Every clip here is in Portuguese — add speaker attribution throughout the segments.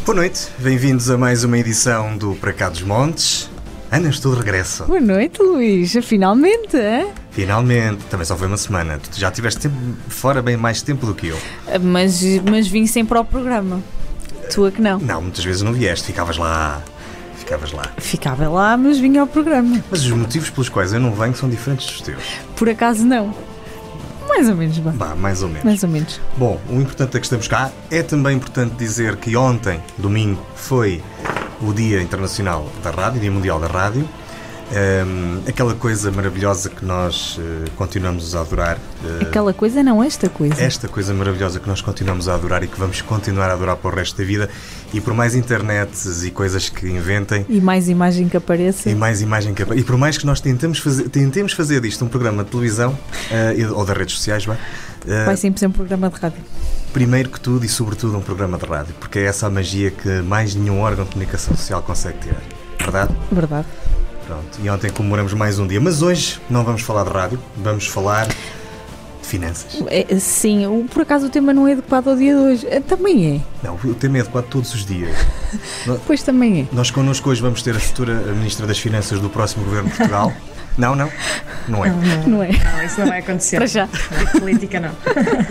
Speaker 1: Boa noite, bem-vindos a mais uma edição do Para Cá dos Montes. Ana, estou de regresso.
Speaker 2: Boa noite, Luís, finalmente, hein?
Speaker 1: Finalmente, também só foi uma semana. Tu já tiveste fora bem mais tempo do que eu.
Speaker 2: Mas vim sempre ao programa. Tu é que não?
Speaker 1: Não, muitas vezes não vieste, ficavas lá.
Speaker 2: Ficava lá, mas vinha ao programa.
Speaker 1: Mas os motivos pelos quais eu não venho são diferentes dos teus.
Speaker 2: Por acaso não. Mais ou menos, bem.
Speaker 1: Mais ou menos.
Speaker 2: Mais ou menos.
Speaker 1: Bom, o importante é que estamos cá. É também importante dizer que ontem, domingo, foi o Dia Internacional da Rádio, Dia Mundial da Rádio. Aquela coisa maravilhosa que nós continuamos a adorar.
Speaker 2: Aquela coisa não, esta coisa.
Speaker 1: Esta coisa maravilhosa que nós continuamos a adorar e que vamos continuar a adorar para o resto da vida. E por mais internets e coisas que inventem...
Speaker 2: E mais imagem que apareça.
Speaker 1: E por mais que nós tentemos fazer disto um programa de televisão ou das redes sociais,
Speaker 2: vai sempre ser um programa de rádio.
Speaker 1: Primeiro que tudo e sobretudo um programa de rádio, porque é essa a magia que mais nenhum órgão de comunicação social consegue ter. Verdade?
Speaker 2: Verdade.
Speaker 1: Pronto, e ontem comemoramos mais um dia, mas hoje não vamos falar de rádio, vamos falar de finanças.
Speaker 2: Sim, por acaso o tema não é adequado ao dia de hoje. Também é.
Speaker 1: Não, o tema é adequado todos os dias.
Speaker 2: Pois também é.
Speaker 1: Nós connosco hoje vamos ter a futura Ministra das Finanças do próximo Governo de Portugal. Não é.
Speaker 2: Não,
Speaker 3: isso não vai acontecer.
Speaker 2: Para já.
Speaker 3: Política não.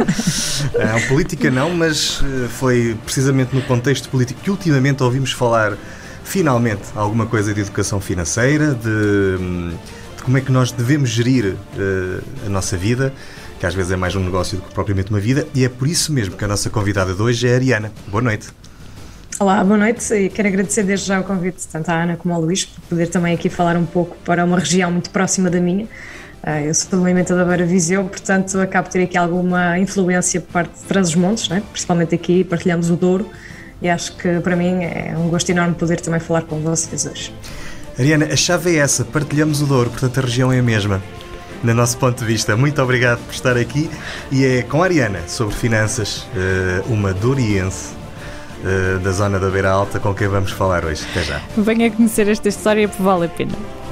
Speaker 1: Política não, mas foi precisamente no contexto político que ultimamente ouvimos falar finalmente alguma coisa de educação financeira, de como é que nós devemos gerir a nossa vida, que às vezes é mais um negócio do que propriamente uma vida, e é por isso mesmo que a nossa convidada de hoje é a Ariana. Boa noite.
Speaker 3: Olá, boa noite, e quero agradecer desde já o convite tanto à Ana como ao Luís por poder também aqui falar um pouco para uma região muito próxima da minha. Eu sou do movimento da Beira Viseu, portanto acabo de ter aqui alguma influência por parte de Trás-os-Montes, né? Principalmente aqui partilhamos o Douro, e acho que para mim é um gosto enorme poder também falar com vocês hoje.
Speaker 1: Ariana, a chave é essa, partilhamos o Douro, portanto a região é a mesma, no nosso ponto de vista. Muito obrigado por estar aqui, e é com a Ariana sobre finanças, uma douriense da zona da Beira Alta, com quem vamos falar hoje. Até já.
Speaker 2: Venha conhecer esta história porque vale a pena.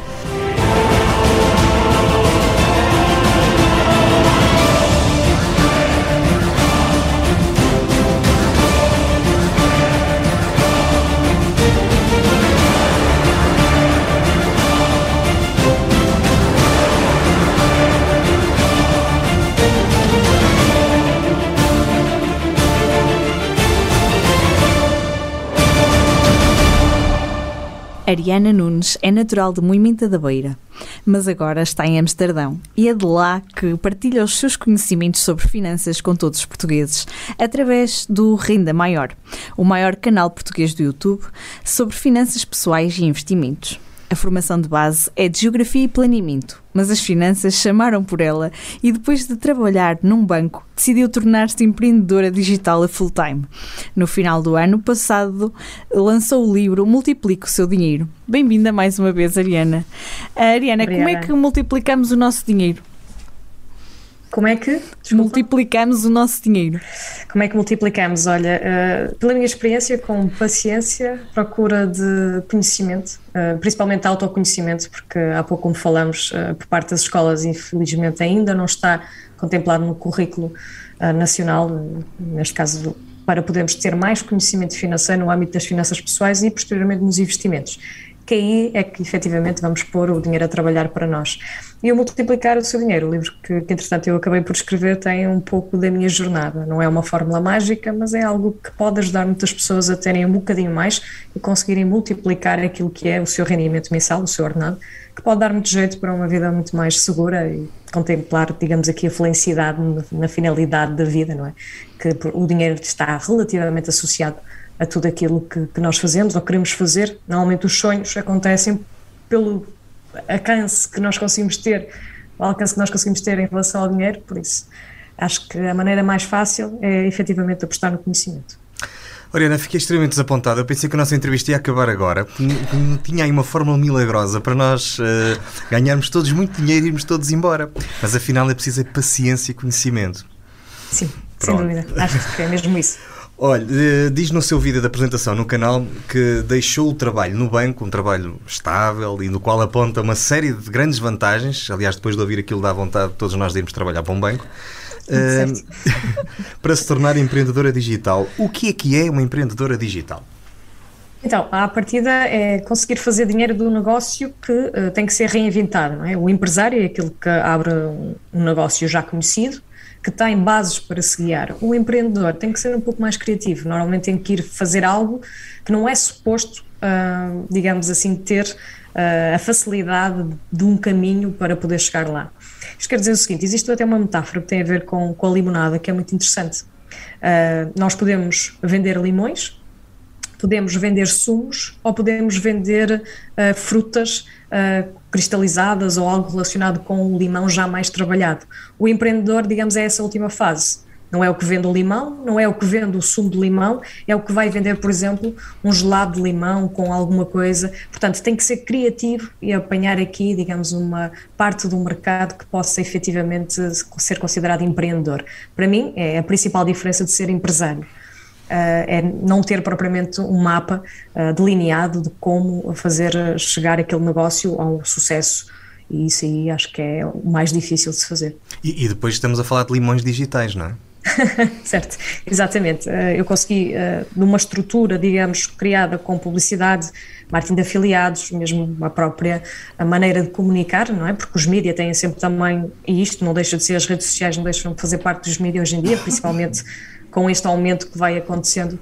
Speaker 2: Ariana Nunes é natural de Moimenta da Beira, mas agora está em Amsterdão e é de lá que partilha os seus conhecimentos sobre finanças com todos os portugueses, através do Renda Maior, o maior canal português do YouTube sobre finanças pessoais e investimentos. A formação de base é de Geografia e Planeamento, mas as finanças chamaram por ela e depois de trabalhar num banco, decidiu tornar-se empreendedora digital a full time. No final do ano passado, lançou o livro Multiplique o Seu Dinheiro. Bem-vinda mais uma vez, Ariana. Ariana,
Speaker 3: Obrigada.
Speaker 2: Como é que multiplicamos o nosso dinheiro?
Speaker 3: Como é que?
Speaker 2: Multiplicamos o nosso dinheiro.
Speaker 3: Como é que multiplicamos? Olha, pela minha experiência, com paciência, procura de conhecimento, principalmente autoconhecimento, porque há pouco, como falamos, por parte das escolas, infelizmente ainda não está contemplado no currículo nacional, neste caso, para podermos ter mais conhecimento financeiro no âmbito das finanças pessoais e, posteriormente, nos investimentos. Que aí é que efetivamente vamos pôr o dinheiro a trabalhar para nós. E o Multiplicar o Seu Dinheiro, o livro que entretanto eu acabei por escrever, tem um pouco da minha jornada. Não é uma fórmula mágica, mas é algo que pode ajudar muitas pessoas a terem um bocadinho mais e conseguirem multiplicar aquilo que é o seu rendimento mensal, o seu ordenado, que pode dar muito jeito para uma vida muito mais segura e contemplar, digamos aqui, a felicidade na finalidade da vida, não é? Que o dinheiro está relativamente associado a tudo aquilo que nós fazemos ou queremos fazer. Normalmente os sonhos acontecem pelo alcance que nós conseguimos ter, o alcance que nós conseguimos ter em relação ao dinheiro, por isso acho que a maneira mais fácil é efetivamente apostar no conhecimento.
Speaker 1: Oriana, fiquei extremamente desapontado. Eu pensei que a nossa entrevista ia acabar agora. Tinha aí uma fórmula milagrosa para nós ganharmos todos muito dinheiro e irmos todos embora. Mas afinal é preciso paciência e conhecimento.
Speaker 3: Sim, sem dúvida. Acho que é mesmo isso.
Speaker 1: Olha, diz no seu vídeo de apresentação no canal que deixou o trabalho no banco, um trabalho estável e no qual aponta uma série de grandes vantagens. Aliás, depois de ouvir aquilo dá vontade de todos nós de irmos trabalhar para um banco. Para se tornar empreendedora digital. O que é uma empreendedora digital?
Speaker 3: Então, à partida é conseguir fazer dinheiro do negócio que tem que ser reinventado, não é? O empresário é aquele que abre um negócio já conhecido, que tem bases para se guiar. O empreendedor tem que ser um pouco mais criativo, normalmente tem que ir fazer algo que não é suposto, digamos assim, ter a facilidade de um caminho para poder chegar lá. Isto quer dizer o seguinte, existe até uma metáfora que tem a ver com a limonada, que é muito interessante. Nós podemos vender limões, podemos vender sumos ou podemos vender frutas cristalizadas ou algo relacionado com o limão já mais trabalhado. O empreendedor, digamos, é essa última fase. Não é o que vende o limão, não é o que vende o sumo de limão, é o que vai vender, por exemplo, um gelado de limão com alguma coisa. Portanto, tem que ser criativo e apanhar aqui, digamos, uma parte do mercado que possa efetivamente ser considerado empreendedor. Para mim, é a principal diferença de ser empresário. É não ter propriamente um mapa delineado de como fazer chegar aquele negócio ao sucesso, e isso aí acho que é o mais difícil de se fazer.
Speaker 1: E depois estamos a falar de limões digitais, não é?
Speaker 3: Certo, exatamente. Eu consegui, numa estrutura, digamos, criada com publicidade, marketing de afiliados, mesmo a maneira de comunicar, não é? Porque os mídias têm sempre também, e isto não deixa de ser, as redes sociais não deixam de fazer parte dos mídias hoje em dia, principalmente com este aumento que vai acontecendo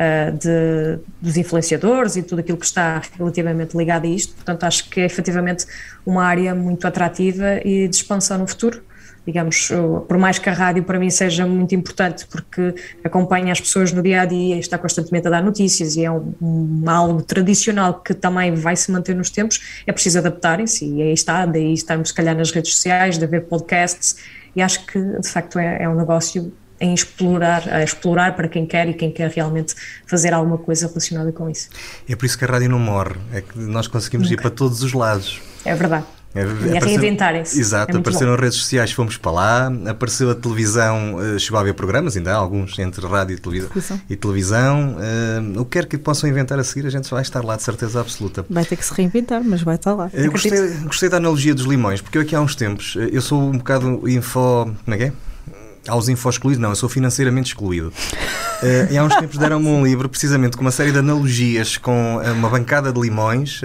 Speaker 3: dos influenciadores e tudo aquilo que está relativamente ligado a isto. Portanto, acho que é efetivamente uma área muito atrativa e de expansão no futuro. Digamos, por mais que a rádio para mim seja muito importante, porque acompanha as pessoas no dia-a-dia e está constantemente a dar notícias e é algo tradicional que também vai se manter nos tempos, é preciso adaptarem-se e aí está, daí estarmos se calhar nas redes sociais, de haver podcasts, e acho que de facto é um negócio a explorar para quem quer e quem quer realmente fazer alguma coisa relacionada com isso.
Speaker 1: É por isso que a rádio não morre, é que nós conseguimos ir para todos os lados.
Speaker 3: É verdade. E a reinventarem-se.
Speaker 1: Exato, apareceram redes sociais, fomos para lá, apareceu a televisão, chegou a haver programas, ainda há alguns entre rádio e televisão. O que quer que possam inventar a seguir, a gente vai estar lá de certeza absoluta.
Speaker 2: Vai ter que se reinventar, mas vai estar lá.
Speaker 1: Eu gostei da analogia dos limões, porque eu aqui há uns tempos, eu sou um bocado como é que é? Aos info-excluídos, não, eu sou financeiramente excluído. E há uns tempos deram-me um livro, precisamente com uma série de analogias com uma bancada de limões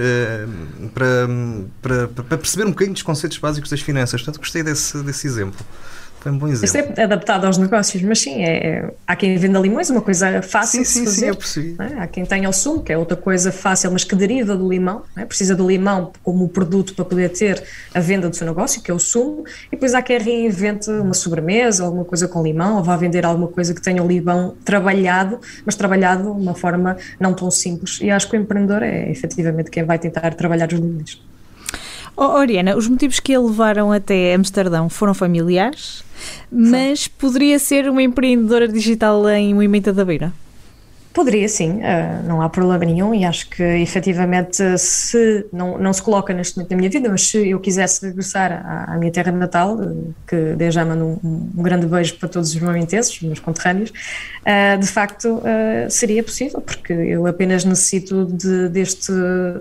Speaker 1: para perceber um bocadinho dos conceitos básicos das finanças. Portanto, gostei desse exemplo. Foi um bom exemplo.
Speaker 3: Isto é adaptado aos negócios, mas sim, há quem venda limões, uma coisa fácil de se fazer.
Speaker 1: Sim, eu percebi.
Speaker 3: Há quem tenha o sumo, que é outra coisa fácil, mas que deriva do limão. Precisa do limão como produto para poder ter a venda do seu negócio, que é o sumo. E depois há quem reinvente uma sobremesa, alguma coisa com limão, ou vá vender alguma coisa que tenha o limão trabalhado, mas trabalhado de uma forma não tão simples. E acho que o empreendedor é efetivamente quem vai tentar trabalhar os limões.
Speaker 2: Oriana, os motivos que a levaram até Amsterdão foram familiares, mas poderia ser uma empreendedora digital em Moimenta da Beira?
Speaker 3: Poderia, sim, não há problema nenhum, e acho que efetivamente se não se coloca neste momento na minha vida, mas se eu quisesse regressar à minha terra natal, que desde já mando um grande beijo para todos os moimentenses, meus conterrâneos, de facto seria possível, porque eu apenas necessito deste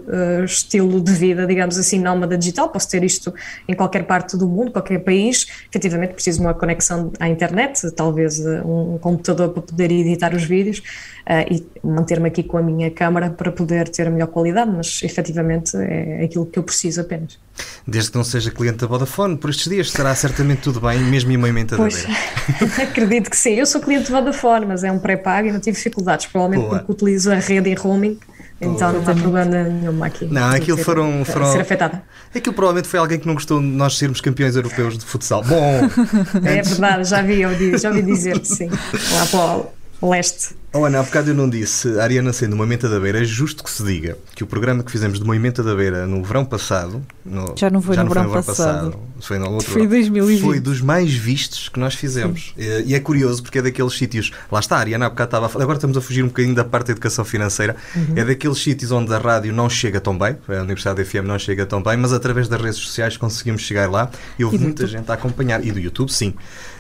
Speaker 3: estilo de vida, digamos assim, nómada digital. Posso ter isto em qualquer parte do mundo, qualquer país. Efetivamente preciso de uma conexão à internet, talvez um computador para poder editar os vídeos, e manter-me aqui com a minha câmara para poder ter a melhor qualidade, mas efetivamente é aquilo que eu preciso apenas.
Speaker 1: Desde que não seja cliente da Vodafone, por estes dias estará certamente tudo bem, mesmo em Moimenta da Beira.
Speaker 3: Acredito que sim. Eu sou cliente da Vodafone, mas é um pré-pago e não tive dificuldades, provavelmente porque utilizo a rede em roaming. Então não há problema nenhum aqui.
Speaker 1: Não, aquilo foram
Speaker 3: ser afetada.
Speaker 1: Aquilo provavelmente foi alguém que não gostou de nós sermos campeões europeus de futsal. Bom,
Speaker 3: é verdade, já ouvi dizer que sim. Lá para o leste.
Speaker 1: Ana, há bocado eu não disse, a Ariana sendo Moimenta da Beira, é justo que se diga que o programa que fizemos de Moimenta da Beira no verão passado...
Speaker 2: Já não foi no verão passado.
Speaker 1: Foi no outro
Speaker 2: verão. 2020.
Speaker 1: Foi dos mais vistos que nós fizemos. E é curioso porque é daqueles sítios... Lá está, a Ariana há bocado estava a falar... Agora estamos a fugir um bocadinho da parte da educação financeira. É daqueles sítios onde a rádio não chega tão bem, a Universidade FM não chega tão bem, mas através das redes sociais conseguimis chegar lá e houve muita gente a acompanhar. E do YouTube, sim.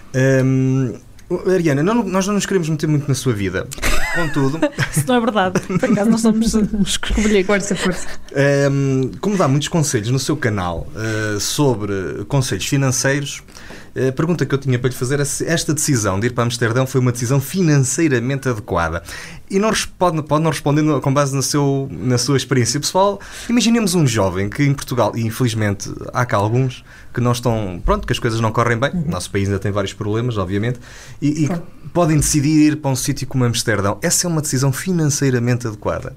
Speaker 1: Ariana, nós não nos queremos meter muito na sua vida. Contudo...
Speaker 2: Isso não é verdade. Por acaso nós somos uns escolher.
Speaker 3: Força.
Speaker 1: Como dá muitos conselhos no seu canal sobre conselhos financeiros, A pergunta que eu tinha para lhe fazer é se esta decisão de ir para Amsterdão foi uma decisão financeiramente adequada. E não pode não responder com base na sua experiência pessoal. Imaginemos um jovem que em Portugal, e infelizmente há cá alguns, que não estão, que as coisas não correm bem, o nosso país ainda tem vários problemas, obviamente, e que podem decidir ir para um sítio como Amsterdão. Essa é uma decisão financeiramente adequada?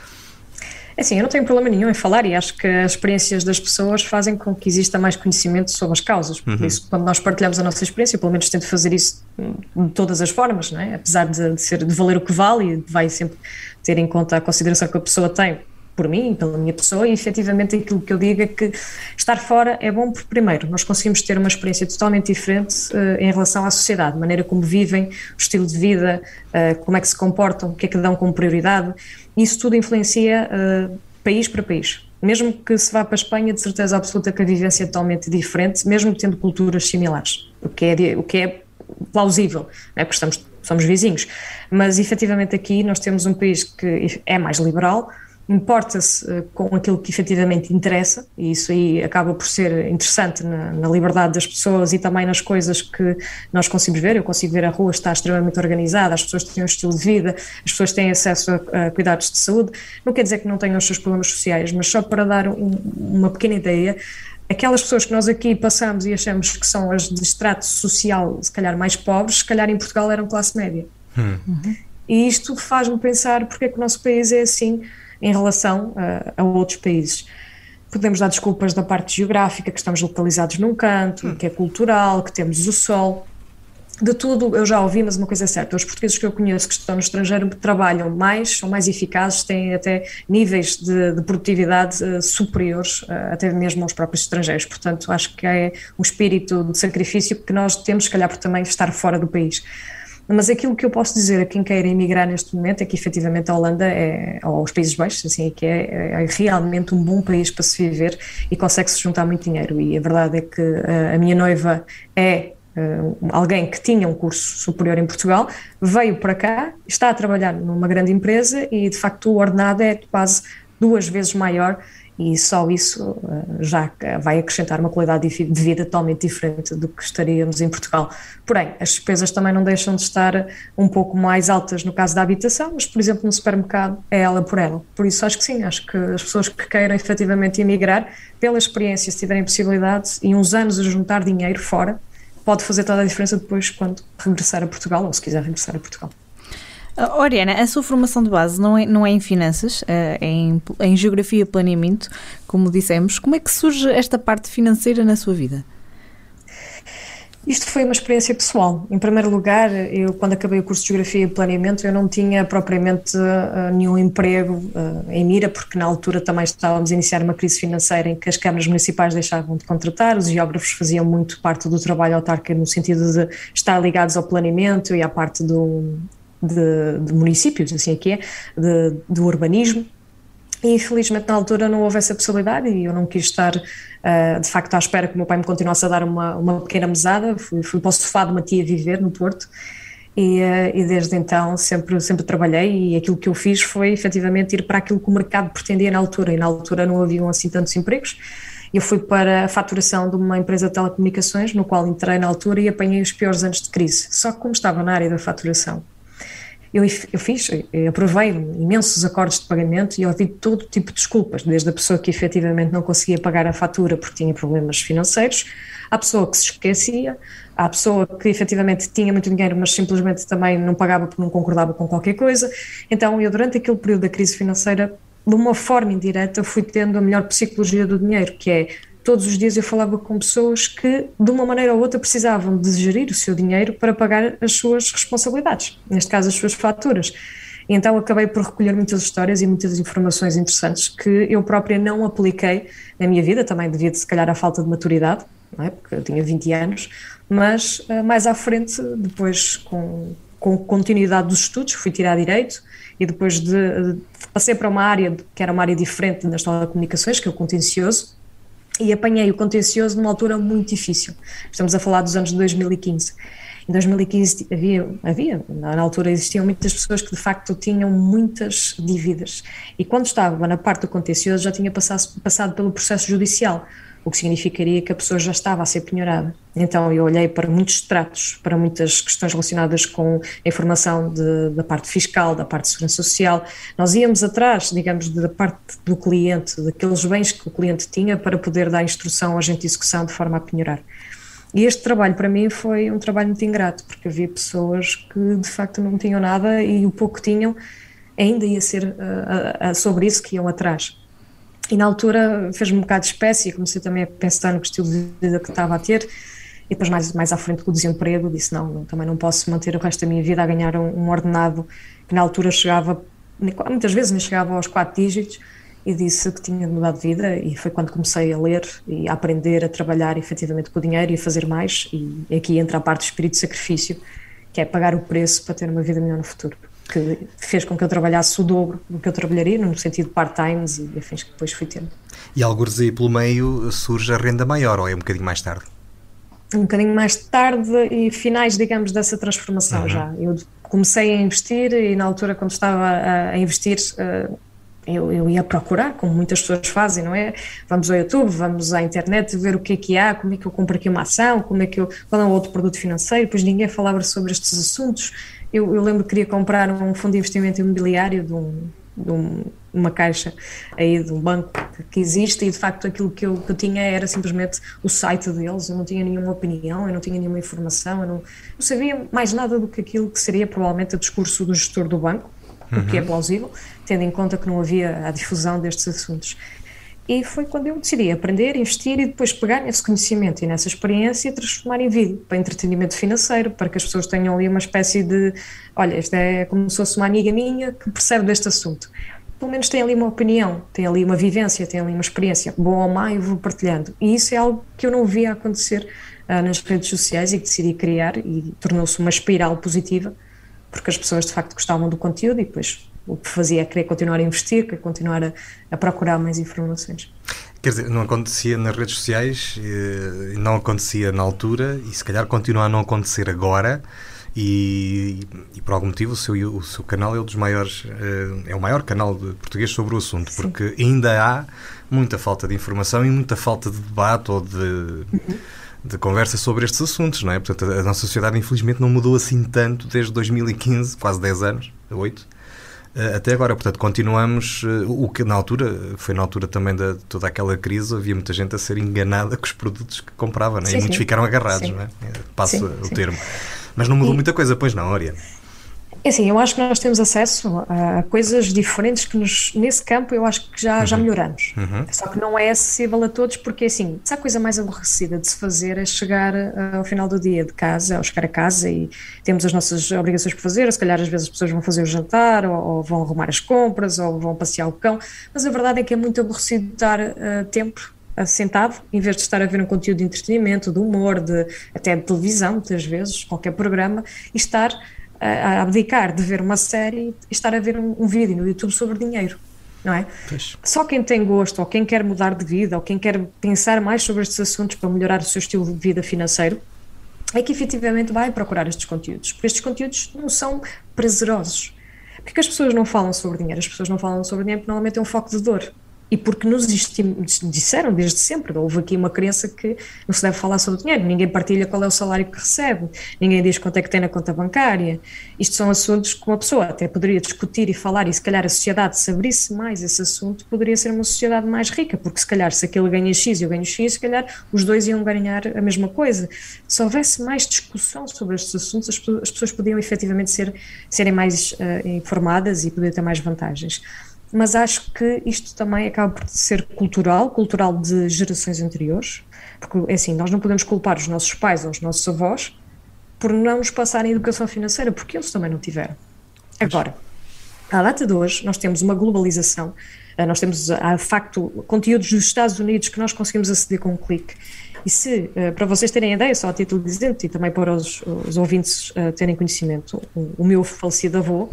Speaker 3: É assim, eu não tenho problema nenhum em falar, e acho que as experiências das pessoas fazem com que exista mais conhecimento sobre as causas. Por isso, quando nós partilhamos a nossa experiência, pelo menos tento fazer isso de todas as formas, não é? Apesar de valer o que vale, e vai sempre ter em conta a consideração que a pessoa tem por mim, pela minha pessoa, e efetivamente aquilo que eu digo é que estar fora é bom porque, primeiro, nós conseguimos ter uma experiência totalmente diferente em relação à sociedade, a maneira como vivem, o estilo de vida, como é que se comportam, o que é que dão como prioridade. Isso tudo influencia país para país. Mesmo que se vá para a Espanha, de certeza absoluta que a vivência é totalmente diferente, mesmo tendo culturas similares, o que é plausível, não é? Porque somos vizinhos. Mas, efetivamente, aqui nós temos um país que é mais liberal, importa-se com aquilo que efetivamente interessa, e isso aí acaba por ser interessante na liberdade das pessoas e também nas coisas que nós conseguimos ver. Eu consigo ver a rua está extremamente organizada, as pessoas têm um estilo de vida, as pessoas têm acesso a cuidados de saúde. Não quer dizer que não tenham os seus problemas sociais, mas só para dar uma pequena ideia, aquelas pessoas que nós aqui passamos e achamos que são as de extrato social, se calhar mais pobres, se calhar em Portugal eram classe média. E isto faz-me pensar porque é que o nosso país é assim em relação a outros países. Podemos dar desculpas da parte geográfica, que estamos localizados num canto, que é cultural, que temos o sol. De tudo eu já ouvi, mas uma coisa é certa, os portugueses que eu conheço que estão no estrangeiro trabalham mais, são mais eficazes, têm até níveis de produtividade superiores até mesmo aos próprios estrangeiros. Portanto, acho que é um espírito de sacrifício que nós temos, se calhar por também estar fora do país. Mas aquilo que eu posso dizer a quem queira emigrar neste momento é que efetivamente a Holanda, ou os Países Baixos, assim, que é realmente um bom país para se viver e consegue-se juntar muito dinheiro. E a verdade é que a minha noiva é alguém que tinha um curso superior em Portugal, veio para cá, está a trabalhar numa grande empresa e de facto o ordenado é quase 2 vezes maior. E só isso já vai acrescentar uma qualidade de vida totalmente diferente do que estaríamos em Portugal. Porém, as despesas também não deixam de estar um pouco mais altas no caso da habitação, mas, por exemplo, no supermercado é ela por ela. Por isso, acho que sim, acho que as pessoas que queiram efetivamente emigrar, pela experiência, se tiverem possibilidade, e uns anos a juntar dinheiro fora, pode fazer toda a diferença depois quando regressar a Portugal, ou se quiser regressar a Portugal.
Speaker 2: Oriana, a sua formação de base não é em finanças, é em geografia e planeamento, como dissemos. Como é que surge esta parte financeira na sua vida?
Speaker 3: Isto foi uma experiência pessoal. Em primeiro lugar, eu quando acabei o curso de Geografia e Planeamento, eu não tinha propriamente nenhum emprego em mira, porque na altura também estávamos a iniciar uma crise financeira em que as câmaras municipais deixavam de contratar, os geógrafos faziam muito parte do trabalho autárquico no sentido de estar ligados ao planeamento e à parte de municípios, assim aqui é, do urbanismo, e infelizmente na altura não houve essa possibilidade e eu não quis estar de facto à espera que o meu pai me continuasse a dar uma pequena mesada. Fui para o sofá de uma tia viver no Porto e desde então sempre trabalhei, e aquilo que eu fiz foi efetivamente ir para aquilo que o mercado pretendia na altura, e na altura não haviam assim tantos empregos. Eu fui para a faturação de uma empresa de telecomunicações, no qual entrei na altura e apanhei os piores anos de crise, só que como estava na área da faturação, eu aprovei imensos acordos de pagamento e ouvi todo tipo de desculpas, desde a pessoa que efetivamente não conseguia pagar a fatura porque tinha problemas financeiros, à pessoa que se esquecia, à pessoa que efetivamente tinha muito dinheiro mas simplesmente também não pagava porque não concordava com qualquer coisa. Então eu, durante aquele período da crise financeira, de uma forma indireta, fui tendo a melhor psicologia do dinheiro, que é: todos os dias eu falava com pessoas que, de uma maneira ou outra, precisavam de gerir o seu dinheiro para pagar as suas responsabilidades, neste caso as suas faturas. E então acabei por recolher muitas histórias e muitas informações interessantes que eu própria não apliquei na minha vida, também devido, se calhar, à falta de maturidade, não é? Porque eu tinha 20 anos, mas mais à frente, depois com continuidade dos estudos, fui tirar Direito e depois passei para uma área que era uma área diferente das telecomunicações, que é o contencioso, e apanhei o contencioso numa altura muito difícil. Estamos a falar dos anos de 2015. Em 2015 na altura existiam muitas pessoas que de facto tinham muitas dívidas, e quando estava na parte do contencioso já tinha passado pelo processo judicial, o que significaria que a pessoa já estava a ser penhorada. Então eu olhei para muitos extratos, para muitas questões relacionadas com a informação da parte fiscal, da parte de segurança social. Nós íamos atrás, digamos, da parte do cliente, daqueles bens que o cliente tinha para poder dar instrução ao agente de execução de forma a penhorar. E este trabalho para mim foi um trabalho muito ingrato, porque havia pessoas que de facto não tinham nada e o pouco que tinham ainda ia ser sobre isso que iam atrás. E na altura fez-me um bocado de espécie, comecei também a pensar no estilo de vida que estava a ter, e depois mais à frente com o desemprego disse também não posso manter o resto da minha vida a ganhar um ordenado que na altura chegava, muitas vezes nem chegava aos 4 dígitos, e disse que tinha de mudar de vida, e foi quando comecei a ler e a aprender a trabalhar efetivamente com o dinheiro e a fazer mais, e aqui entra a parte do espírito de sacrifício, que é pagar o preço para ter uma vida melhor no futuro, que fez com que eu trabalhasse o dobro do que eu trabalharia, no sentido de part-times e afins que depois fui tendo.
Speaker 1: E algures aí pelo meio surge a renda maior, ou é um bocadinho mais tarde?
Speaker 3: Um bocadinho mais tarde e finais, digamos, dessa transformação já. Eu comecei a investir e na altura quando estava a investir... Eu ia procurar, como muitas pessoas fazem, não é? Vamos ao YouTube, vamos à internet ver o que há, como é que eu compro aqui uma ação, qual é o outro produto financeiro, depois ninguém falava sobre estes assuntos. Eu lembro que queria comprar um fundo de investimento imobiliário de uma caixa aí de um banco que existe, e de facto aquilo que eu tinha era simplesmente o site deles. Eu não tinha nenhuma opinião, eu não tinha nenhuma informação, eu não sabia mais nada do que aquilo que seria provavelmente o discurso do gestor do banco, o que é plausível, tendo em conta que não havia a difusão destes assuntos. E foi quando eu decidi aprender, investir e depois pegar nesse conhecimento e nessa experiência e transformar em vídeo, para entretenimento financeiro, para que as pessoas tenham ali uma espécie de, olha, esta é como se fosse uma amiga minha que percebe deste assunto. Pelo menos tem ali uma opinião, tem ali uma vivência, tem ali uma experiência, boa ou má, eu vou partilhando. E isso é algo que eu não via acontecer nas redes sociais e que decidi criar, e tornou-se uma espiral positiva, porque as pessoas de facto gostavam do conteúdo e depois o que fazia é querer continuar a investir, querer continuar a procurar mais informações.
Speaker 1: Quer dizer, não acontecia nas redes sociais, não acontecia na altura e se calhar continua a não acontecer agora, e por algum motivo o seu canal é um dos maiores, é o maior canal de português sobre o assunto. Sim. Porque ainda há muita falta de informação e muita falta de debate ou de conversa sobre estes assuntos, não é? Portanto, a nossa sociedade infelizmente não mudou assim tanto desde 2015, quase 10 anos, 8, até agora. Portanto, continuamos, o que na altura, foi na altura também de toda aquela crise, havia muita gente a ser enganada com os produtos que comprava, não é? E muitos ficaram agarrados, não é? Passo o termo. Mas não mudou muita coisa, pois não, Oriana?
Speaker 3: É assim, eu acho que nós temos acesso a coisas diferentes que nesse campo eu acho que já melhoramos. Só que não é acessível a todos, porque assim, se a coisa mais aborrecida de se fazer é chegar ao final do dia de casa, ou chegar a casa e temos as nossas obrigações por fazer, se calhar às vezes as pessoas vão fazer o jantar, ou vão arrumar as compras, ou vão passear o cão, mas a verdade é que é muito aborrecido estar tempo sentado, em vez de estar a ver um conteúdo de entretenimento, de humor, até de televisão, muitas vezes, qualquer programa, e estar a abdicar de ver uma série e estar a ver um vídeo no YouTube sobre dinheiro, não é? Pois. Só quem tem gosto, ou quem quer mudar de vida, ou quem quer pensar mais sobre estes assuntos para melhorar o seu estilo de vida financeiro, é que efetivamente vai procurar estes conteúdos, porque estes conteúdos não são prazerosos. Porque as pessoas não falam sobre dinheiro? As pessoas não falam sobre dinheiro porque normalmente é um foco de dor. E porque nos disseram desde sempre, houve aqui uma crença que não se deve falar sobre dinheiro, ninguém partilha qual é o salário que recebe, ninguém diz quanto é que tem na conta bancária. Isto são assuntos que uma pessoa até poderia discutir e falar, e se calhar a sociedade, se abrisse mais esse assunto, poderia ser uma sociedade mais rica, porque se calhar se aquele ganha X e eu ganho X, se calhar os dois iam ganhar a mesma coisa. Se houvesse mais discussão sobre estes assuntos, as pessoas podiam efetivamente serem mais informadas e poder ter mais vantagens. Mas acho que isto também acaba por ser cultural de gerações anteriores, porque assim, nós não podemos culpar os nossos pais ou os nossos avós por não nos passarem educação financeira, porque eles também não tiveram. Agora, à data de hoje, nós temos uma globalização, nós temos, de facto, conteúdos dos Estados Unidos que nós conseguimos aceder com um clique. E se, para vocês terem ideia, só a título de exemplo, e também para os ouvintes terem conhecimento, o meu falecido avô,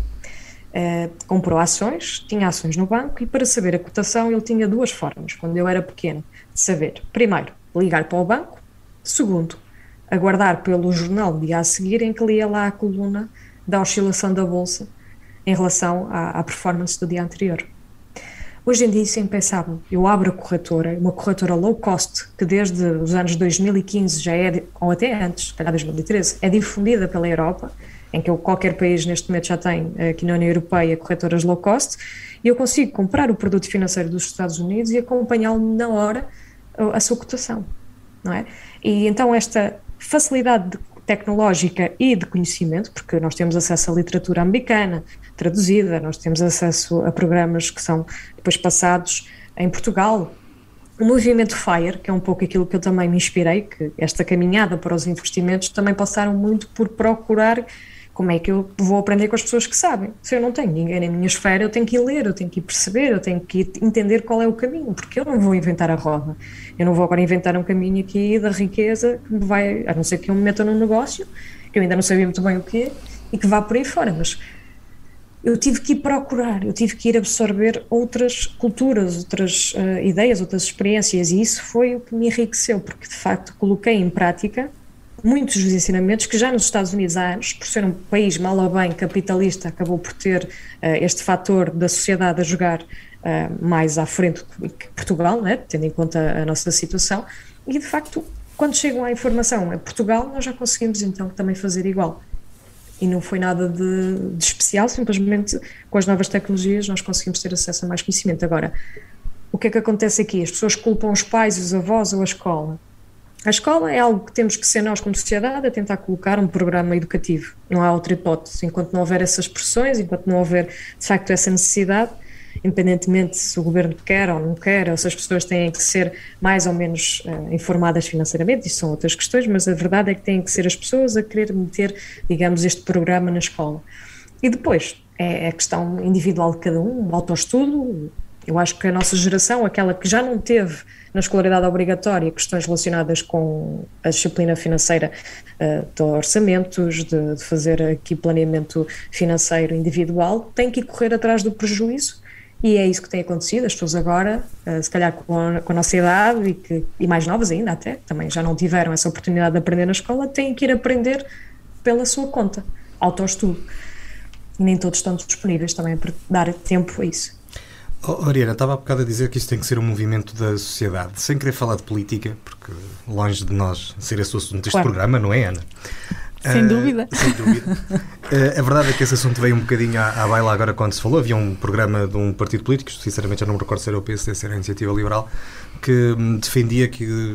Speaker 3: comprou ações, tinha ações no banco, e para saber a cotação ele tinha duas formas, quando eu era pequeno, de saber. Primeiro, ligar para o banco. Segundo, aguardar pelo jornal do dia a seguir, em que lia lá a coluna da oscilação da bolsa em relação à performance do dia anterior. Hoje em dia isso é impensável. Eu abro a corretora, uma corretora low cost, que desde os anos 2015 já é, ou até antes, se calhar 2013, é difundida pela Europa, em que qualquer país neste momento já tem, aqui na União Europeia, corretoras low cost, e eu consigo comprar o produto financeiro dos Estados Unidos e acompanhá-lo na hora a sua cotação, não é? E então esta facilidade tecnológica e de conhecimento, porque nós temos acesso à literatura americana traduzida, nós temos acesso a programas que são depois passados em Portugal. O movimento FIRE, que é um pouco aquilo que eu também me inspirei, que esta caminhada para os investimentos também passaram muito por procurar como é que eu vou aprender com as pessoas que sabem. Se eu não tenho ninguém na minha esfera, eu tenho que ir ler, eu tenho que ir perceber, eu tenho que ir entender qual é o caminho, porque eu não vou inventar a roda. Eu não vou agora inventar um caminho aqui da riqueza que me vai, a não ser que eu me meta num negócio, que eu ainda não sabia muito bem o que é, e que vá por aí fora, mas eu tive que ir procurar, eu tive que ir absorver outras culturas, outras ideias, outras experiências, e isso foi o que me enriqueceu, porque de facto coloquei em prática muitos dos ensinamentos que já nos Estados Unidos há anos, por ser um país mal ou bem capitalista, acabou por ter este fator da sociedade a jogar mais à frente que Portugal, né, tendo em conta a nossa situação, e de facto, quando chegam à informação a Portugal, nós já conseguimos então também fazer igual. E não foi nada de especial, simplesmente com as novas tecnologias nós conseguimos ter acesso a mais conhecimento. Agora, o que é que acontece aqui? As pessoas culpam os pais, os avós ou a escola. A escola é algo que temos que ser nós como sociedade a tentar colocar um programa educativo. Não há outra hipótese. Enquanto não houver essas pressões, enquanto não houver de facto essa necessidade, independentemente se o governo quer ou não quer, ou se as pessoas têm que ser mais ou menos informadas financeiramente, isso são outras questões, mas a verdade é que têm que ser as pessoas a querer meter, digamos, este programa na escola. E depois, é a questão individual de cada um, o autoestudo. Eu acho que a nossa geração, aquela que já não teve na escolaridade obrigatória questões relacionadas com a disciplina financeira de orçamentos, de fazer aqui planeamento financeiro individual, tem que ir correr atrás do prejuízo, e é isso que tem acontecido. As pessoas agora, se calhar com a nossa idade e mais novas ainda até, também já não tiveram essa oportunidade de aprender na escola, têm que ir aprender pela sua conta, autoestudo. E nem todos estão disponíveis também para dar tempo a isso.
Speaker 1: Oriana, estava há bocado a dizer que isto tem que ser um movimento da sociedade, sem querer falar de política, porque longe de nós ser esse o assunto deste programa, não é, Ana?
Speaker 2: Sem dúvida.
Speaker 1: Sem dúvida. A verdade é que esse assunto veio um bocadinho à baila agora quando se falou. Havia um programa de um partido político, sinceramente já não me recordo se era o PSD, se era a Iniciativa Liberal, que defendia que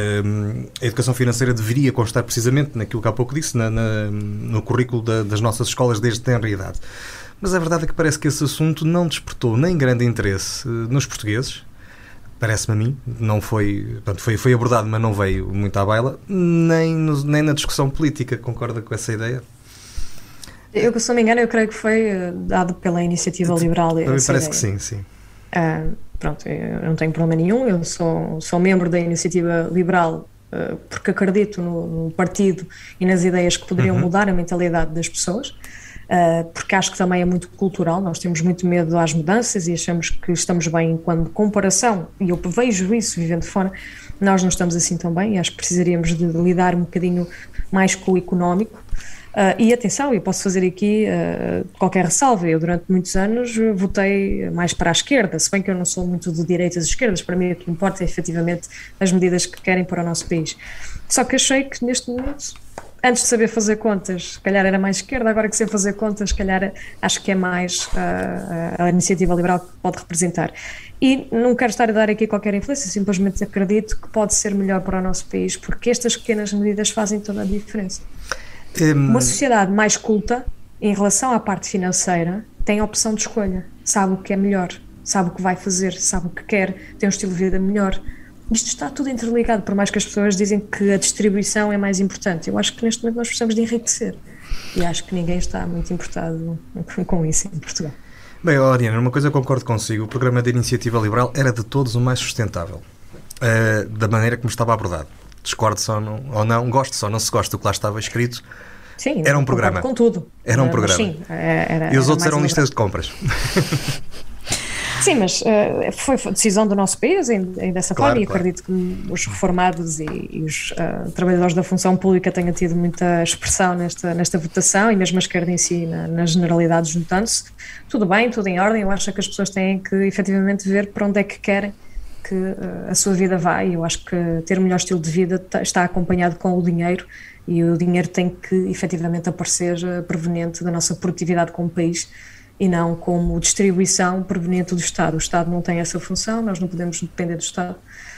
Speaker 1: a educação financeira deveria constar precisamente naquilo que há pouco disse, no currículo das nossas escolas desde tenra idade. Mas a verdade é que parece que esse assunto não despertou nem grande interesse nos portugueses, parece-me a mim, não foi, portanto, foi abordado, mas não veio muito à baila, nem na discussão política. Concorda com essa ideia?
Speaker 3: Eu, se não me engano, eu creio que foi dado pela Iniciativa Liberal.
Speaker 1: Parece que sim.
Speaker 3: Pronto, eu não tenho problema nenhum, eu sou membro da Iniciativa Liberal porque acredito no partido e nas ideias que poderiam mudar a mentalidade das pessoas. Porque acho que também é muito cultural, nós temos muito medo às mudanças e achamos que estamos bem quando comparação, e eu vejo isso vivendo fora, nós não estamos assim tão bem, e acho que precisaríamos de lidar um bocadinho mais com o económico. E atenção, eu posso fazer aqui qualquer ressalva, eu durante muitos anos votei mais para a esquerda, se bem que eu não sou muito de direitas e esquerdas, para mim o que importa é efetivamente as medidas que querem para o nosso país. Só que achei que neste momento, antes de saber fazer contas, se calhar era mais esquerda, agora que sei fazer contas, se calhar acho que é mais a Iniciativa Liberal que pode representar. E não quero estar a dar aqui qualquer influência, simplesmente acredito que pode ser melhor para o nosso país, porque estas pequenas medidas fazem toda a diferença. Uma sociedade mais culta, em relação à parte financeira, tem a opção de escolha, sabe o que é melhor, sabe o que vai fazer, sabe o que quer, tem um estilo de vida melhor. Isto está tudo interligado, por mais que as pessoas dizem que a distribuição é mais importante. Eu acho que neste momento nós precisamos de enriquecer. E acho que ninguém está muito importado com isso em Portugal.
Speaker 1: Bem, Oriana, uma coisa eu concordo consigo. O programa da Iniciativa Liberal era de todos o mais sustentável. Da maneira como estava abordado. Discordo só ou não, gosto só, não se gosta do que lá estava escrito.
Speaker 3: Sim,
Speaker 1: era um programa.
Speaker 3: Com tudo.
Speaker 1: Era um programa.
Speaker 3: Sim,
Speaker 1: e os outros eram listas de compras.
Speaker 3: Sim, mas foi decisão do nosso país em dessa forma, e acredito que os reformados e os trabalhadores da função pública tenham tido muita expressão nesta votação, e mesmo a esquerda em si, na generalidade, juntando-se. Tudo bem, tudo em ordem. Eu acho que as pessoas têm que efetivamente ver para onde é que querem que a sua vida vá, e eu acho que ter um melhor estilo de vida está acompanhado com o dinheiro, e o dinheiro tem que efetivamente aparecer proveniente da nossa produtividade como país, e não como distribuição proveniente do Estado. O Estado não tem essa função, nós não podemos depender do Estado,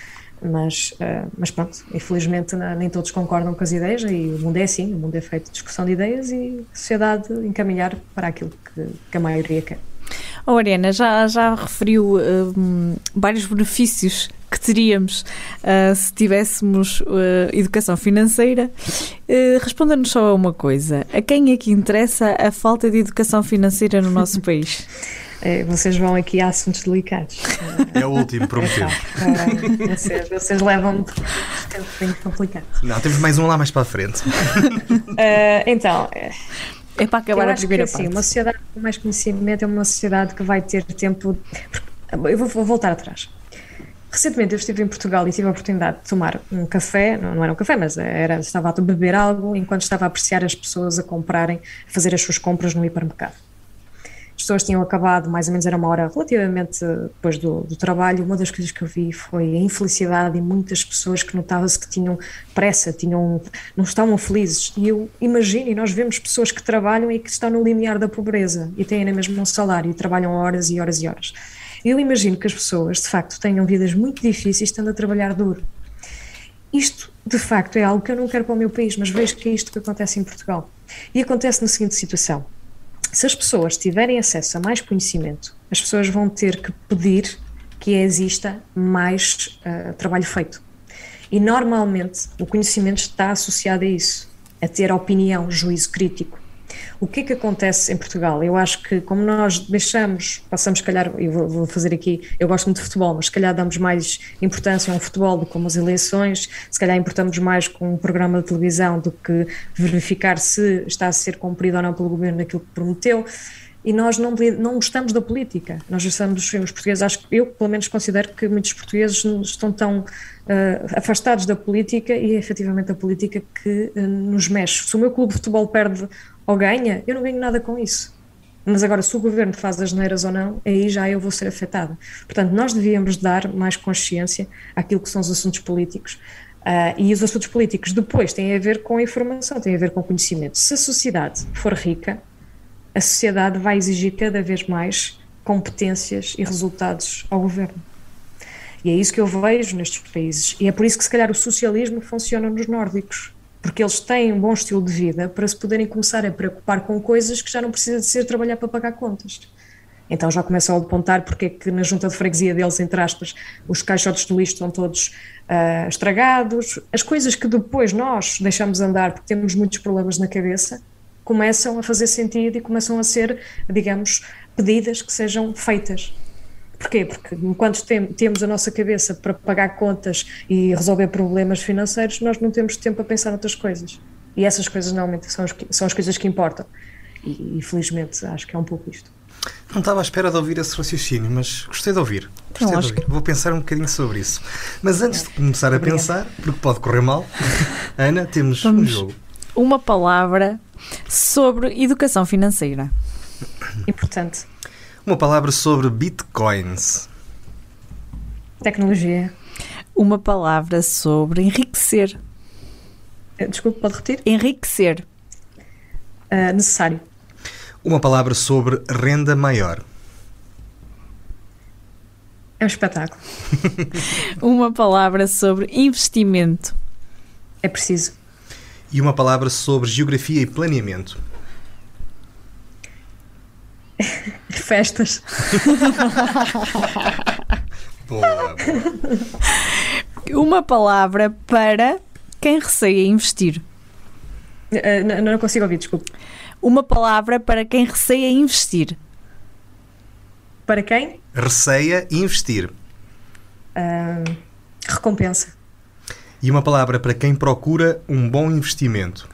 Speaker 3: mas pronto, infelizmente nem todos concordam com as ideias, e o mundo é assim, o mundo é feito de discussão de ideias e a sociedade encaminhar para aquilo que a maioria quer.
Speaker 2: Oh, Ariana, já referiu vários benefícios que teríamos se tivéssemos educação financeira. Responda-nos só a uma coisa. A quem é que interessa a falta de educação financeira no nosso país?
Speaker 3: Vocês vão aqui a assuntos delicados.
Speaker 1: É o último, prometemos.
Speaker 3: Vocês levam-me a um bem complicado.
Speaker 1: Não, temos mais um lá mais para a frente.
Speaker 3: Então...
Speaker 2: É para acabar a primeira
Speaker 3: parte.
Speaker 2: Sim,
Speaker 3: uma sociedade com mais conhecimento é uma sociedade que vai ter tempo... Eu vou voltar atrás. Recentemente eu estive em Portugal e tive a oportunidade de tomar um café, não era um café, mas estava a beber algo enquanto estava a apreciar as pessoas a comprarem, a fazer as suas compras no hipermercado. As pessoas tinham acabado, mais ou menos era uma hora relativamente depois do trabalho. Uma das coisas que eu vi foi a infelicidade, e muitas pessoas que notava-se que tinham pressa, não estavam felizes. E eu imagino, e nós vemos pessoas que trabalham e que estão no limiar da pobreza e têm na mesma um salário e trabalham horas e horas e horas. Eu imagino que as pessoas, de facto, tenham vidas muito difíceis estando a trabalhar duro. Isto, de facto, é algo que eu não quero para o meu país, mas vejo que é isto que acontece em Portugal. E acontece na seguinte situação. Se as pessoas tiverem acesso a mais conhecimento, as pessoas vão ter que pedir que exista mais trabalho feito. E normalmente o conhecimento está associado a isso, a ter opinião, juízo crítico. O que é que acontece em Portugal? Eu acho que como nós passamos se calhar, eu vou fazer aqui, eu gosto muito de futebol, mas se calhar damos mais importância a um futebol do que a umas eleições, se calhar importamos mais com um programa de televisão do que verificar se está a ser cumprido ou não pelo governo aquilo que prometeu, e nós não gostamos da política. Nós estamos, os portugueses, acho que eu pelo menos considero que muitos portugueses estão tão afastados da política, e é efetivamente a política que nos mexe. Se o meu clube de futebol perde ou ganha, eu não ganho nada com isso. Mas agora, se o governo faz as neiras ou não, aí já eu vou ser afetada. Portanto, nós devíamos dar mais consciência àquilo que são os assuntos políticos. E os assuntos políticos depois têm a ver com a informação, têm a ver com conhecimento. Se a sociedade for rica, a sociedade vai exigir cada vez mais competências e resultados ao governo. E é isso que eu vejo nestes países. E é por isso que, se calhar, o socialismo funciona nos nórdicos. Porque eles têm um bom estilo de vida para se poderem começar a preocupar com coisas que já não precisa de ser trabalhar para pagar contas. Então já começam a apontar porque é que na junta de freguesia deles, entre aspas, os caixotes de lixo estão todos estragados. As coisas que depois nós deixamos andar porque temos muitos problemas na cabeça, começam a fazer sentido e começam a ser, digamos, pedidas que sejam feitas. Porquê? Porque enquanto temos a nossa cabeça para pagar contas e resolver problemas financeiros, nós não temos tempo a pensar noutras coisas. E essas coisas normalmente são as coisas que importam. E felizmente acho que é um pouco isto.
Speaker 1: Não estava à espera de ouvir esse raciocínio, mas gostei de ouvir. Vou pensar um bocadinho sobre isso. Mas antes de começar a pensar, porque pode correr mal, Ana, temos um jogo.
Speaker 2: Uma palavra sobre educação financeira.
Speaker 3: Importante.
Speaker 1: Uma palavra sobre bitcoins.
Speaker 3: Tecnologia.
Speaker 2: Uma palavra sobre enriquecer.
Speaker 3: Desculpe, pode repetir?
Speaker 2: Enriquecer.
Speaker 3: Necessário.
Speaker 1: Uma palavra sobre renda maior.
Speaker 3: É um espetáculo.
Speaker 2: Uma palavra sobre investimento.
Speaker 3: É preciso.
Speaker 1: E uma palavra sobre geografia e planeamento.
Speaker 3: Festas.
Speaker 1: Boa.
Speaker 2: Uma palavra para quem receia investir.
Speaker 3: Não consigo ouvir, desculpe.
Speaker 2: Uma palavra para quem receia investir.
Speaker 3: Para quem?
Speaker 1: Receia investir.
Speaker 3: Recompensa.
Speaker 1: E uma palavra para quem procura um bom investimento.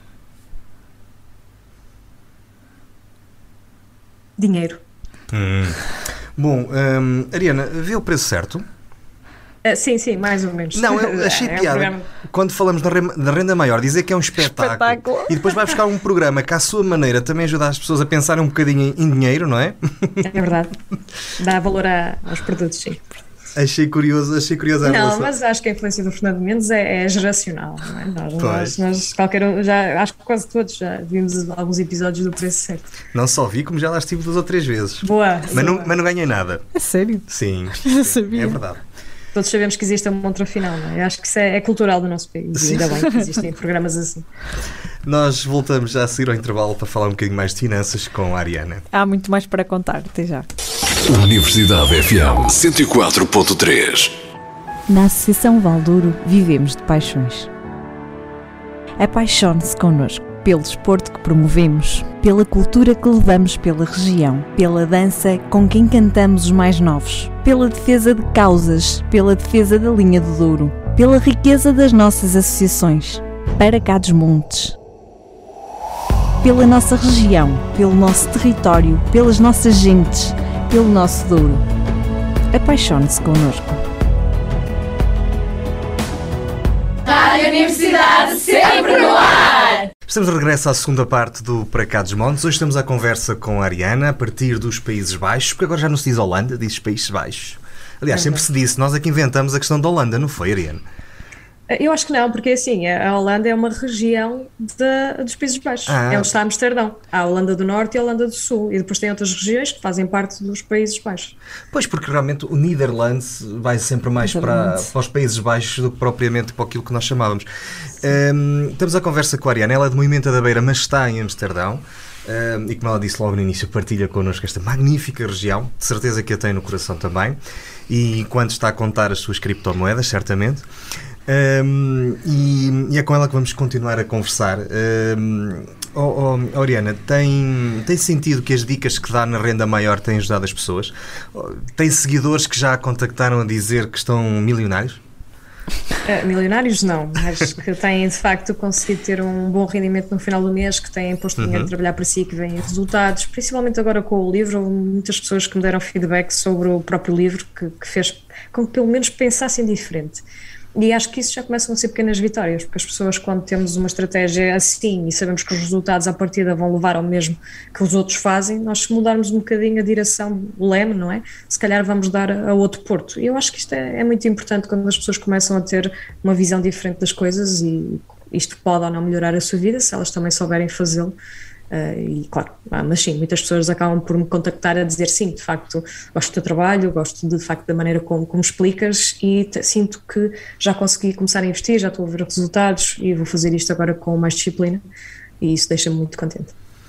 Speaker 3: Dinheiro.
Speaker 1: Bom, Ariana, vê o preço certo?
Speaker 3: Sim, mais ou menos.
Speaker 1: Não, eu achei piada. Quando falamos da renda maior, dizer que é um espetáculo. E depois vai buscar um programa que, à sua maneira, também ajuda as pessoas a pensarem um bocadinho em dinheiro, não é?
Speaker 3: É verdade. Dá valor aos produtos, sim.
Speaker 1: Achei curioso a relação.
Speaker 3: Não, mas acho que a influência do Fernando Mendes é geracional, não é? Nós acho que quase todos já vimos alguns episódios do Preço Certo.
Speaker 1: Não só vi, como já lá estive 2 ou 3 vezes.
Speaker 3: Boa.
Speaker 1: Mas não ganhei nada.
Speaker 2: É sério?
Speaker 1: Sim.
Speaker 2: Eu sabia.
Speaker 1: É verdade.
Speaker 3: Todos sabemos que existe a montra final, não é? Eu acho que isso é cultural do nosso país. E ainda bem que existem programas assim.
Speaker 1: Nós voltamos já a seguir ao intervalo para falar um bocadinho mais de finanças com a Ariana.
Speaker 2: Há muito mais para contar, até já.
Speaker 4: Universidade FM 104.3.
Speaker 2: Na Associação Valdouro vivemos de paixões. Apaixone-se connosco pelo desporto que promovemos, pela cultura que levamos pela região, pela dança com quem cantamos os mais novos, pela defesa de causas, pela defesa da linha do Douro, pela riqueza das nossas associações, para cá dos montes. Pela nossa região, pelo nosso território, pelas nossas gentes, pelo nosso Douro. Apaixone-se connosco.
Speaker 5: Rádio Universidade sempre no ar!
Speaker 1: Estamos de regresso à segunda parte do Para Cá dos Montes. Hoje estamos à conversa com a Ariana a partir dos Países Baixos, porque agora já não se diz Holanda, diz Países Baixos. Aliás, sempre se disse, nós é que inventamos a questão da Holanda, não foi, Ariana?
Speaker 3: Eu acho que não, porque assim, a Holanda é uma região dos Países Baixos. É onde está Amsterdão. Há a Holanda do Norte e a Holanda do Sul. E depois tem outras regiões que fazem parte dos Países Baixos.
Speaker 1: Pois, porque realmente o Netherlands vai sempre mais para os Países Baixos do que propriamente para aquilo que nós chamávamos. Estamos à conversa com a Ariana. Ela é de Moimenta da Beira, mas está em Amsterdão. E como ela disse logo no início, partilha connosco esta magnífica região. De certeza que a tem no coração também. E enquanto está a contar as suas criptomoedas, certamente. E é com ela que vamos continuar a conversar. Oriana, tem sentido que as dicas que dá na renda maior têm ajudado as pessoas? Tem seguidores que já a contactaram a dizer que estão milionários?
Speaker 3: Milionários não, mas que têm de facto conseguido ter um bom rendimento no final do mês, que têm posto dinheiro a trabalhar para si, que vêm resultados, principalmente agora com o livro. Houve muitas pessoas que me deram feedback sobre o próprio livro, que fez com que pelo menos pensassem diferente. E acho que isso já começam a ser pequenas vitórias, porque as pessoas, quando temos uma estratégia assim e sabemos que os resultados à partida vão levar ao mesmo que os outros fazem, nós, se mudarmos um bocadinho a direção, o leme, não é? Se calhar vamos dar a outro porto. E eu acho que isto é muito importante quando as pessoas começam a ter uma visão diferente das coisas, e isto pode ou não melhorar a sua vida, se elas também souberem fazê-lo. E claro, mas sim, muitas pessoas acabam por me contactar a dizer sim, de facto gosto do teu trabalho, gosto de facto da maneira como explicas, e sinto que já consegui começar a investir, já estou a ver resultados e vou fazer isto agora com mais disciplina, e isso deixa-me muito contente.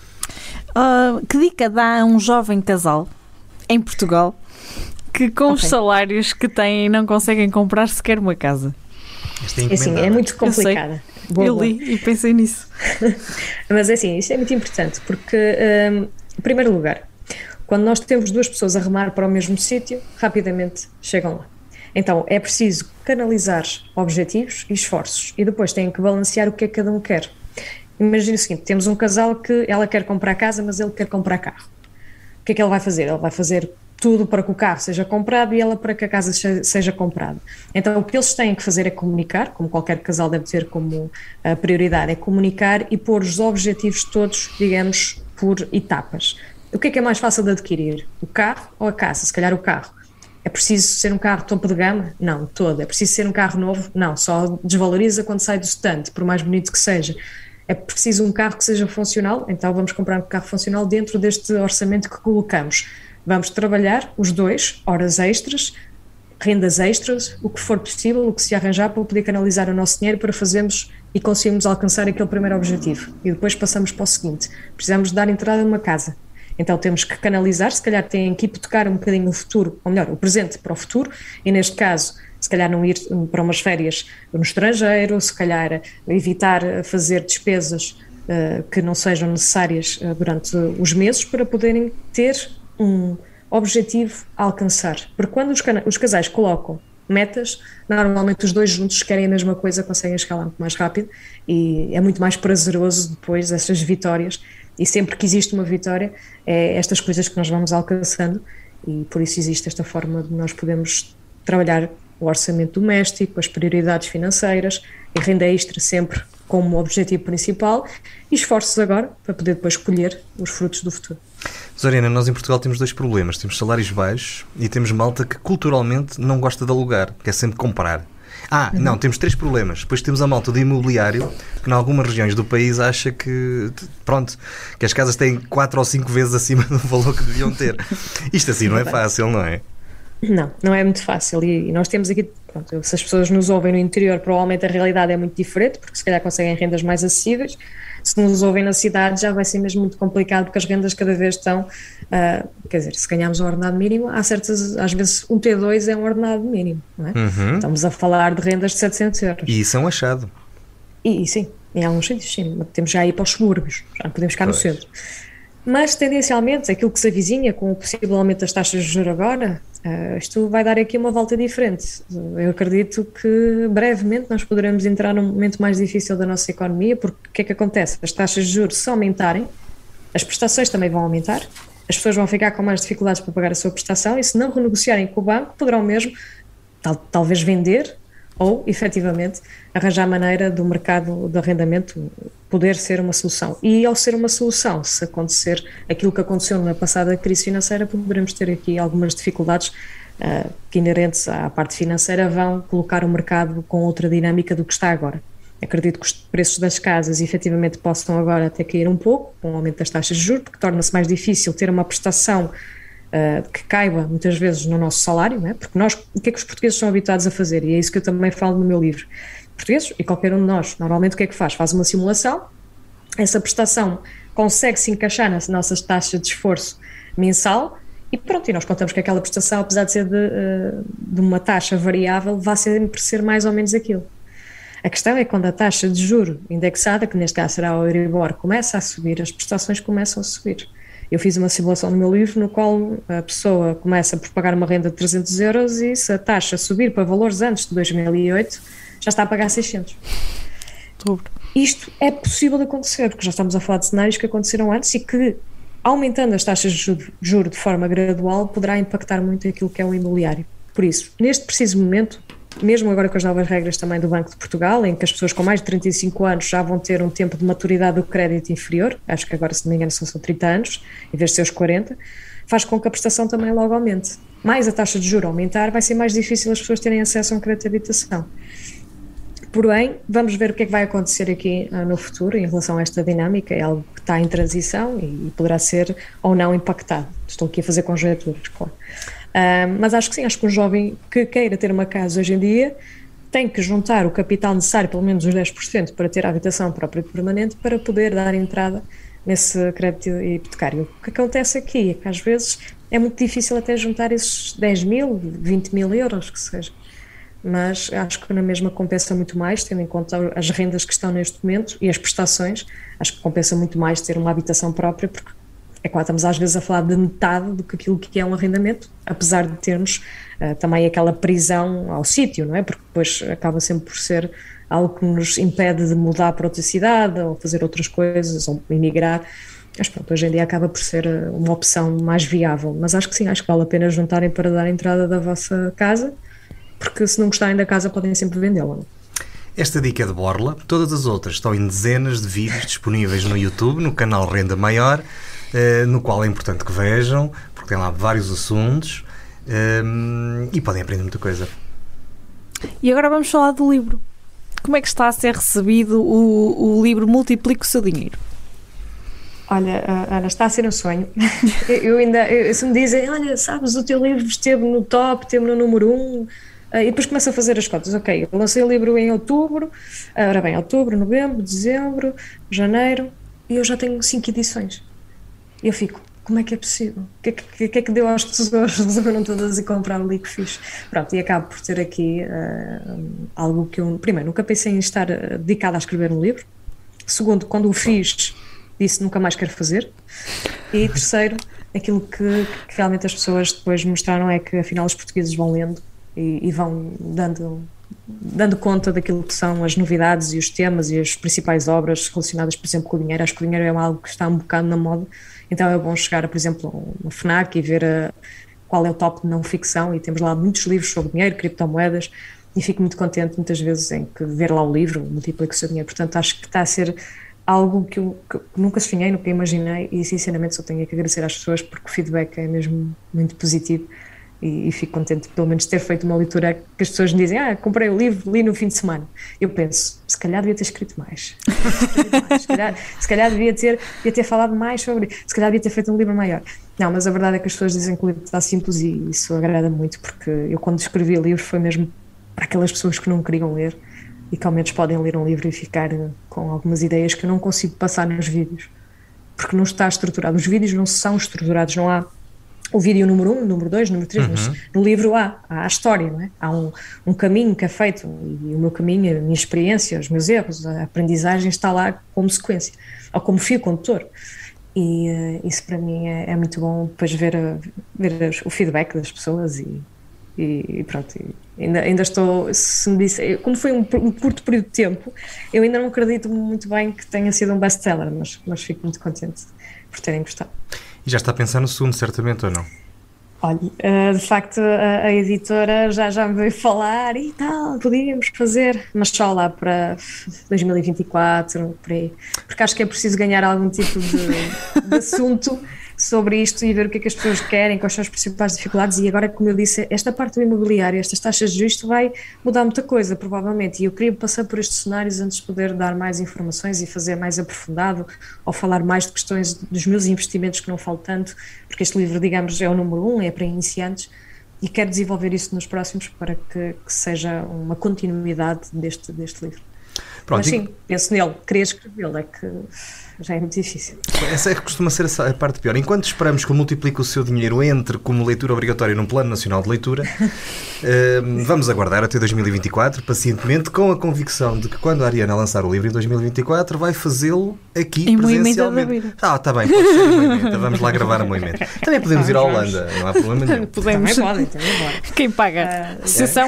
Speaker 2: Que dica dá a um jovem casal em Portugal que com os salários que têm não conseguem comprar sequer uma casa?
Speaker 3: Assim, é muito complicada.
Speaker 2: Eu li e pensei nisso.
Speaker 3: Mas é assim, isto é muito importante, porque, em primeiro lugar, quando nós temos duas pessoas a remar para o mesmo sítio, rapidamente chegam lá. Então é preciso canalizar objetivos e esforços, e depois têm que balancear o que é que cada um quer. Imagina o seguinte, temos um casal que ela quer comprar casa, mas ele quer comprar carro. O que é que ele vai fazer? Ele vai fazer tudo para que o carro seja comprado e ela para que a casa seja comprada. Então o que eles têm que fazer é comunicar, como qualquer casal deve ter como prioridade, é comunicar e pôr os objetivos todos, digamos, por etapas. O que é mais fácil de adquirir? O carro ou a casa? Se calhar o carro. É preciso ser um carro topo de gama? Não, todo. É preciso ser um carro novo? Não, só desvaloriza quando sai do stand, por mais bonito que seja. É preciso um carro que seja funcional? Então vamos comprar um carro funcional dentro deste orçamento que colocamos. Vamos trabalhar os dois, horas extras, rendas extras, o que for possível, o que se arranjar para poder canalizar o nosso dinheiro para fazermos e conseguirmos alcançar aquele primeiro objetivo. E depois passamos para o seguinte, precisamos dar entrada numa casa. Então temos que canalizar, se calhar têm que hipotecar um bocadinho o futuro, ou melhor, o presente para o futuro, e neste caso, se calhar não ir para umas férias no estrangeiro, se calhar evitar fazer despesas que não sejam necessárias durante os meses para poderem ter um objetivo a alcançar. Porque quando os casais colocam metas, normalmente os dois juntos querem a mesma coisa, conseguem chegar lá muito mais rápido e é muito mais prazeroso depois essas vitórias, e sempre que existe uma vitória é estas coisas que nós vamos alcançando e por isso existe esta forma de nós podermos trabalhar o orçamento doméstico, as prioridades financeiras e renda extra sempre como objetivo principal e esforços agora para poder depois colher os frutos do futuro.
Speaker 1: Zorena, nós em Portugal temos dois problemas. Temos salários baixos e temos malta que culturalmente não gosta de alugar, quer sempre comprar. Não, temos três problemas. Depois temos a malta do imobiliário, que em algumas regiões do país acha que, pronto, que as casas têm 4 ou 5 vezes acima do valor que deviam ter. Isto assim não é fácil, não é?
Speaker 3: Não é muito fácil e nós temos aqui, pronto, se as pessoas nos ouvem no interior, provavelmente a realidade é muito diferente, porque se calhar conseguem rendas mais acessíveis. Se nos ouvem na cidade já vai ser mesmo muito complicado, porque as rendas cada vez estão, quer dizer, se ganharmos um ordenado mínimo, há certas, às vezes um T2 é um ordenado mínimo, não é? Estamos a falar de rendas de 700 euros.
Speaker 1: E isso é um achado.
Speaker 3: E sim, em alguns sítios sim, temos já ir para os subúrbios, já não podemos ficar no centro. Mas tendencialmente, aquilo que se avizinha com o possível aumento das taxas de juros agora, isto vai dar aqui uma volta diferente. Eu acredito que brevemente nós poderemos entrar num momento mais difícil da nossa economia, porque o que é que acontece? As taxas de juros, se aumentarem, as prestações também vão aumentar, as pessoas vão ficar com mais dificuldades para pagar a sua prestação e se não renegociarem com o banco, poderão mesmo talvez vender ou, efetivamente, arranjar maneira do mercado de arrendamento poder ser uma solução. E ao ser uma solução, se acontecer aquilo que aconteceu na passada crise financeira, poderemos ter aqui algumas dificuldades que inerentes à parte financeira vão colocar o mercado com outra dinâmica do que está agora. Acredito que os preços das casas efetivamente possam agora até cair um pouco com o aumento das taxas de juros, porque torna-se mais difícil ter uma prestação que caiba muitas vezes no nosso salário, não é? Porque nós, o que é que os portugueses são habituados a fazer? E é isso que eu também falo no meu livro. Portugueses, e qualquer um de nós, normalmente o que é que faz? Faz uma simulação, essa prestação consegue-se encaixar nas nossas taxas de esforço mensal e pronto, e nós contamos que aquela prestação, apesar de ser de uma taxa variável, vai sempre ser mais ou menos aquilo. A questão é que quando a taxa de juro indexada, que neste caso será o Euribor, começa a subir, as prestações começam a subir. Eu fiz uma simulação no meu livro no qual a pessoa começa por pagar uma renda de 300 euros e se a taxa subir para valores antes de 2008, já está a pagar 600. Isto é possível de acontecer, porque já estamos a falar de cenários que aconteceram antes e que, aumentando as taxas de juro de forma gradual, poderá impactar muito aquilo que é o imobiliário. Por isso, neste preciso momento, mesmo agora com as novas regras também do Banco de Portugal, em que as pessoas com mais de 35 anos já vão ter um tempo de maturidade do crédito inferior, acho que agora, se não me engano, são 30 anos, em vez de ser os 40, faz com que a prestação também logo aumente. Mais a taxa de juros aumentar, vai ser mais difícil as pessoas terem acesso a um crédito de habitação. Porém, vamos ver o que é que vai acontecer aqui no futuro em relação a esta dinâmica, é algo que está em transição e poderá ser ou não impactado. Estou aqui a fazer conjecturas, claro. Mas acho que sim, acho que um jovem que queira ter uma casa hoje em dia tem que juntar o capital necessário, pelo menos os 10%, para ter a habitação própria e permanente, para poder dar entrada nesse crédito hipotecário. O que acontece aqui é que às vezes é muito difícil até juntar esses 10 mil, 20 mil euros, que seja. Mas acho que na mesma compensa muito mais, tendo em conta as rendas que estão neste momento e as prestações, acho que compensa muito mais ter uma habitação própria, porque é claro, estamos às vezes a falar de metade do que aquilo que é um arrendamento, apesar de termos também aquela prisão ao sítio, não é? Porque depois acaba sempre por ser algo que nos impede de mudar para outra cidade ou fazer outras coisas ou emigrar. Mas pronto, hoje em dia acaba por ser uma opção mais viável. Mas acho que sim, acho que vale a pena juntarem para dar a entrada da vossa casa, porque se não gostarem da casa podem sempre vendê-la.
Speaker 1: Esta dica é de borla, todas as outras estão em dezenas de vídeos disponíveis no YouTube, no canal Renda Maior, no qual é importante que vejam, porque tem lá vários assuntos e podem aprender muita coisa.
Speaker 2: E agora vamos falar do livro. Como é que está a ser recebido o livro Multiplique o Seu Dinheiro?
Speaker 3: Olha, Ana, está a ser um sonho. Se me dizem, olha, sabes, o teu livro esteve no top, esteve no número 1, e depois começo a fazer as contas. Ok, eu lancei o livro em outubro, outubro, novembro, dezembro, janeiro, e eu já tenho 5 edições. E eu fico, como é que é possível? O que é que deu às pessoas? Resolveram todas e compraram ali que fiz. Pronto, e acabo por ter aqui algo que eu, primeiro, nunca pensei em estar dedicada a escrever um livro. Segundo, quando o fiz, disse nunca mais quero fazer. E terceiro, aquilo que realmente as pessoas depois mostraram é que afinal os portugueses vão lendo e vão dando conta daquilo que são as novidades e os temas e as principais obras relacionadas, por exemplo, com o dinheiro. Acho que o dinheiro é algo que está um bocado na moda, então é bom chegar, por exemplo, a uma FNAC e ver qual é o top de não ficção, e temos lá muitos livros sobre dinheiro, criptomoedas, e fico muito contente muitas vezes em que ver lá o livro multiplica o seu dinheiro. Portanto, acho que está a ser algo que eu nunca sonhei, nunca imaginei, e sinceramente só tenho que agradecer às pessoas, porque o feedback é mesmo muito positivo, e fico contente pelo menos ter feito uma leitura que as pessoas me dizem, comprei o livro, li no fim de semana. Eu penso, se calhar devia ter escrito mais. Se calhar devia ter falado mais sobre isso, se calhar devia ter feito um livro maior. Não, mas a verdade é que as pessoas dizem que o livro está simples, e isso agrada muito, porque eu quando escrevi o livro foi mesmo para aquelas pessoas que não queriam ler, e que ao menos podem ler um livro e ficar com algumas ideias que eu não consigo passar nos vídeos, porque não está estruturado. Os vídeos não são estruturados, não há o vídeo número 1, número 2, número 3, mas no livro há a história, não é? Há um caminho que é feito, e o meu caminho, a minha experiência, os meus erros, a aprendizagem está lá como sequência, ou como fio condutor. E isso para mim é muito bom, depois ver o feedback das pessoas, e pronto, ainda estou, se me disse, como foi um curto período de tempo, eu ainda não acredito muito bem que tenha sido um best-seller, mas fico muito contente por terem gostado.
Speaker 1: E já está a pensar no segundo, certamente, ou não?
Speaker 3: Olha, de facto a editora já me veio falar e tal, podíamos fazer, mas só lá para 2024, por aí, porque acho que é preciso ganhar algum tipo de assunto sobre isto e ver o que é que as pessoas querem, quais são as principais dificuldades. E agora, como eu disse, esta parte do imobiliário, estas taxas de juros, isto vai mudar muita coisa, provavelmente, e eu queria passar por estes cenários antes de poder dar mais informações e fazer mais aprofundado, ou falar mais de questões dos meus investimentos, que não falo tanto, porque este livro, digamos, é o número 1, é para iniciantes, e quero desenvolver isso nos próximos para que seja uma continuidade deste livro. Pronto, mas sim, penso nele, queria escrevê-lo, é que já é muito difícil.
Speaker 1: Essa é que costuma ser a parte pior. Enquanto esperamos que multiplique o seu dinheiro entre como leitura obrigatória num Plano Nacional de Leitura, vamos aguardar até 2024, pacientemente, com a convicção de que quando a Ariana lançar o livro em 2024 vai fazê-lo aqui em presencialmente. Está bem, pode ser em Moimenta, vamos lá gravar a Moimenta. Também podemos ir à Holanda, não há problema nenhum.
Speaker 2: Também podem. Quem paga? Sessão?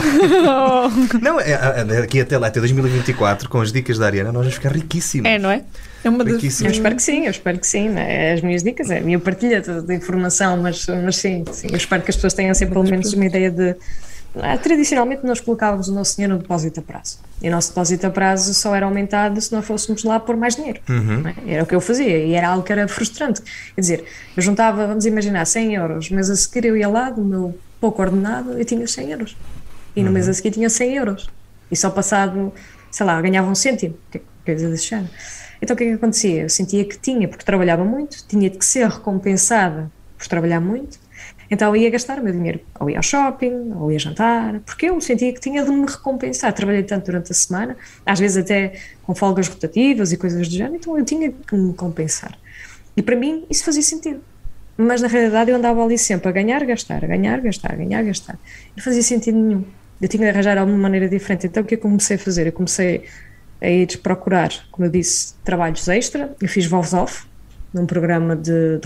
Speaker 1: Não, aqui até 2024, com as dicas da Ariana, nós vamos ficar riquíssimos.
Speaker 2: É, não é? É uma das...
Speaker 3: Eu espero que sim, né? As minhas dicas, é a minha partilha de informação, mas sim, eu espero que as pessoas tenham sempre pelo menos uma ideia de... Tradicionalmente nós colocávamos o nosso dinheiro no depósito a prazo, e o nosso depósito a prazo só era aumentado se nós fôssemos lá pôr mais dinheiro. Era o que eu fazia, e era algo que era frustrante. Quer dizer, eu juntava, vamos imaginar, 100 euros, mas a seguir eu ia lá, do meu pouco ordenado, eu tinha 100 euros, e no mês a seguir tinha 100 euros, e só passado, sei lá, ganhava 1 cêntimo, coisa desse género. Então o que é que acontecia? Eu sentia que tinha, porque trabalhava muito, tinha de ser recompensada por trabalhar muito, então eu ia gastar o meu dinheiro, ou ia ao shopping, ou ia jantar, porque eu sentia que tinha de me recompensar. Trabalhei tanto durante a semana, às vezes até com folgas rotativas e coisas do género, então eu tinha que me compensar. E para mim isso fazia sentido. Mas na realidade eu andava ali sempre a ganhar, gastar, a ganhar, gastar, a ganhar, gastar. Não fazia sentido nenhum. Eu tinha de arranjar alguma maneira diferente. Então o que eu comecei a fazer? Eu comecei a ir procurar, como eu disse, trabalhos extra. Eu fiz voz off num programa de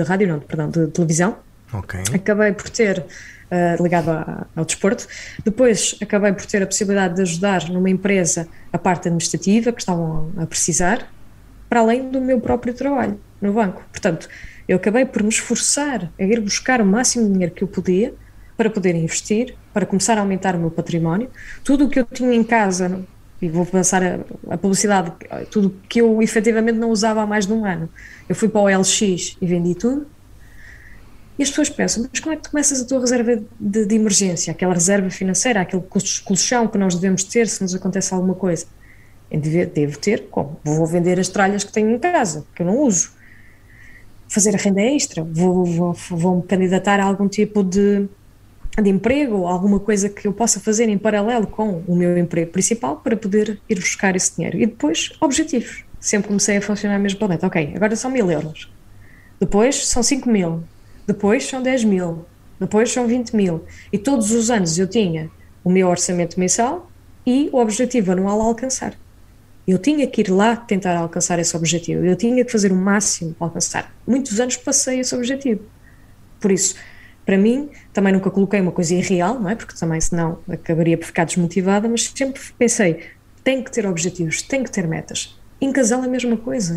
Speaker 3: televisão.
Speaker 1: Okay.
Speaker 3: Acabei por ter, ligado ao desporto, depois acabei por ter a possibilidade de ajudar numa empresa a parte administrativa que estavam a precisar, para além do meu próprio trabalho no banco. Portanto, eu acabei por me esforçar a ir buscar o máximo de dinheiro que eu podia para poder investir, para começar a aumentar o meu património. Tudo o que eu tinha em casa, e vou passar a publicidade, tudo que eu efetivamente não usava há mais de um ano, eu fui para o LX e vendi tudo. E as pessoas pensam, mas como é que tu começas a tua reserva de emergência, aquela reserva financeira, aquele colchão que nós devemos ter se nos acontece alguma coisa? Eu devo ter, como? Vou vender as tralhas que tenho em casa, que eu não uso. Fazer a renda extra, vou-me candidatar a algum tipo de emprego, alguma coisa que eu possa fazer em paralelo com o meu emprego principal para poder ir buscar esse dinheiro. E depois, objetivos. Sempre comecei a funcionar mesmo pela meta. Ok, agora são 1.000 euros. Depois são 5.000. Depois são 10.000. Depois são 20.000. E todos os anos eu tinha o meu orçamento mensal e o objetivo anual a alcançar. Eu tinha que ir lá tentar alcançar esse objetivo. Eu tinha que fazer o máximo para alcançar. Muitos anos passei esse objetivo. Por isso, para mim, também nunca coloquei uma coisa irreal, não é? Porque também senão acabaria por ficar desmotivada, mas sempre pensei, tenho que ter objetivos, tenho que ter metas. Em casal é a mesma coisa.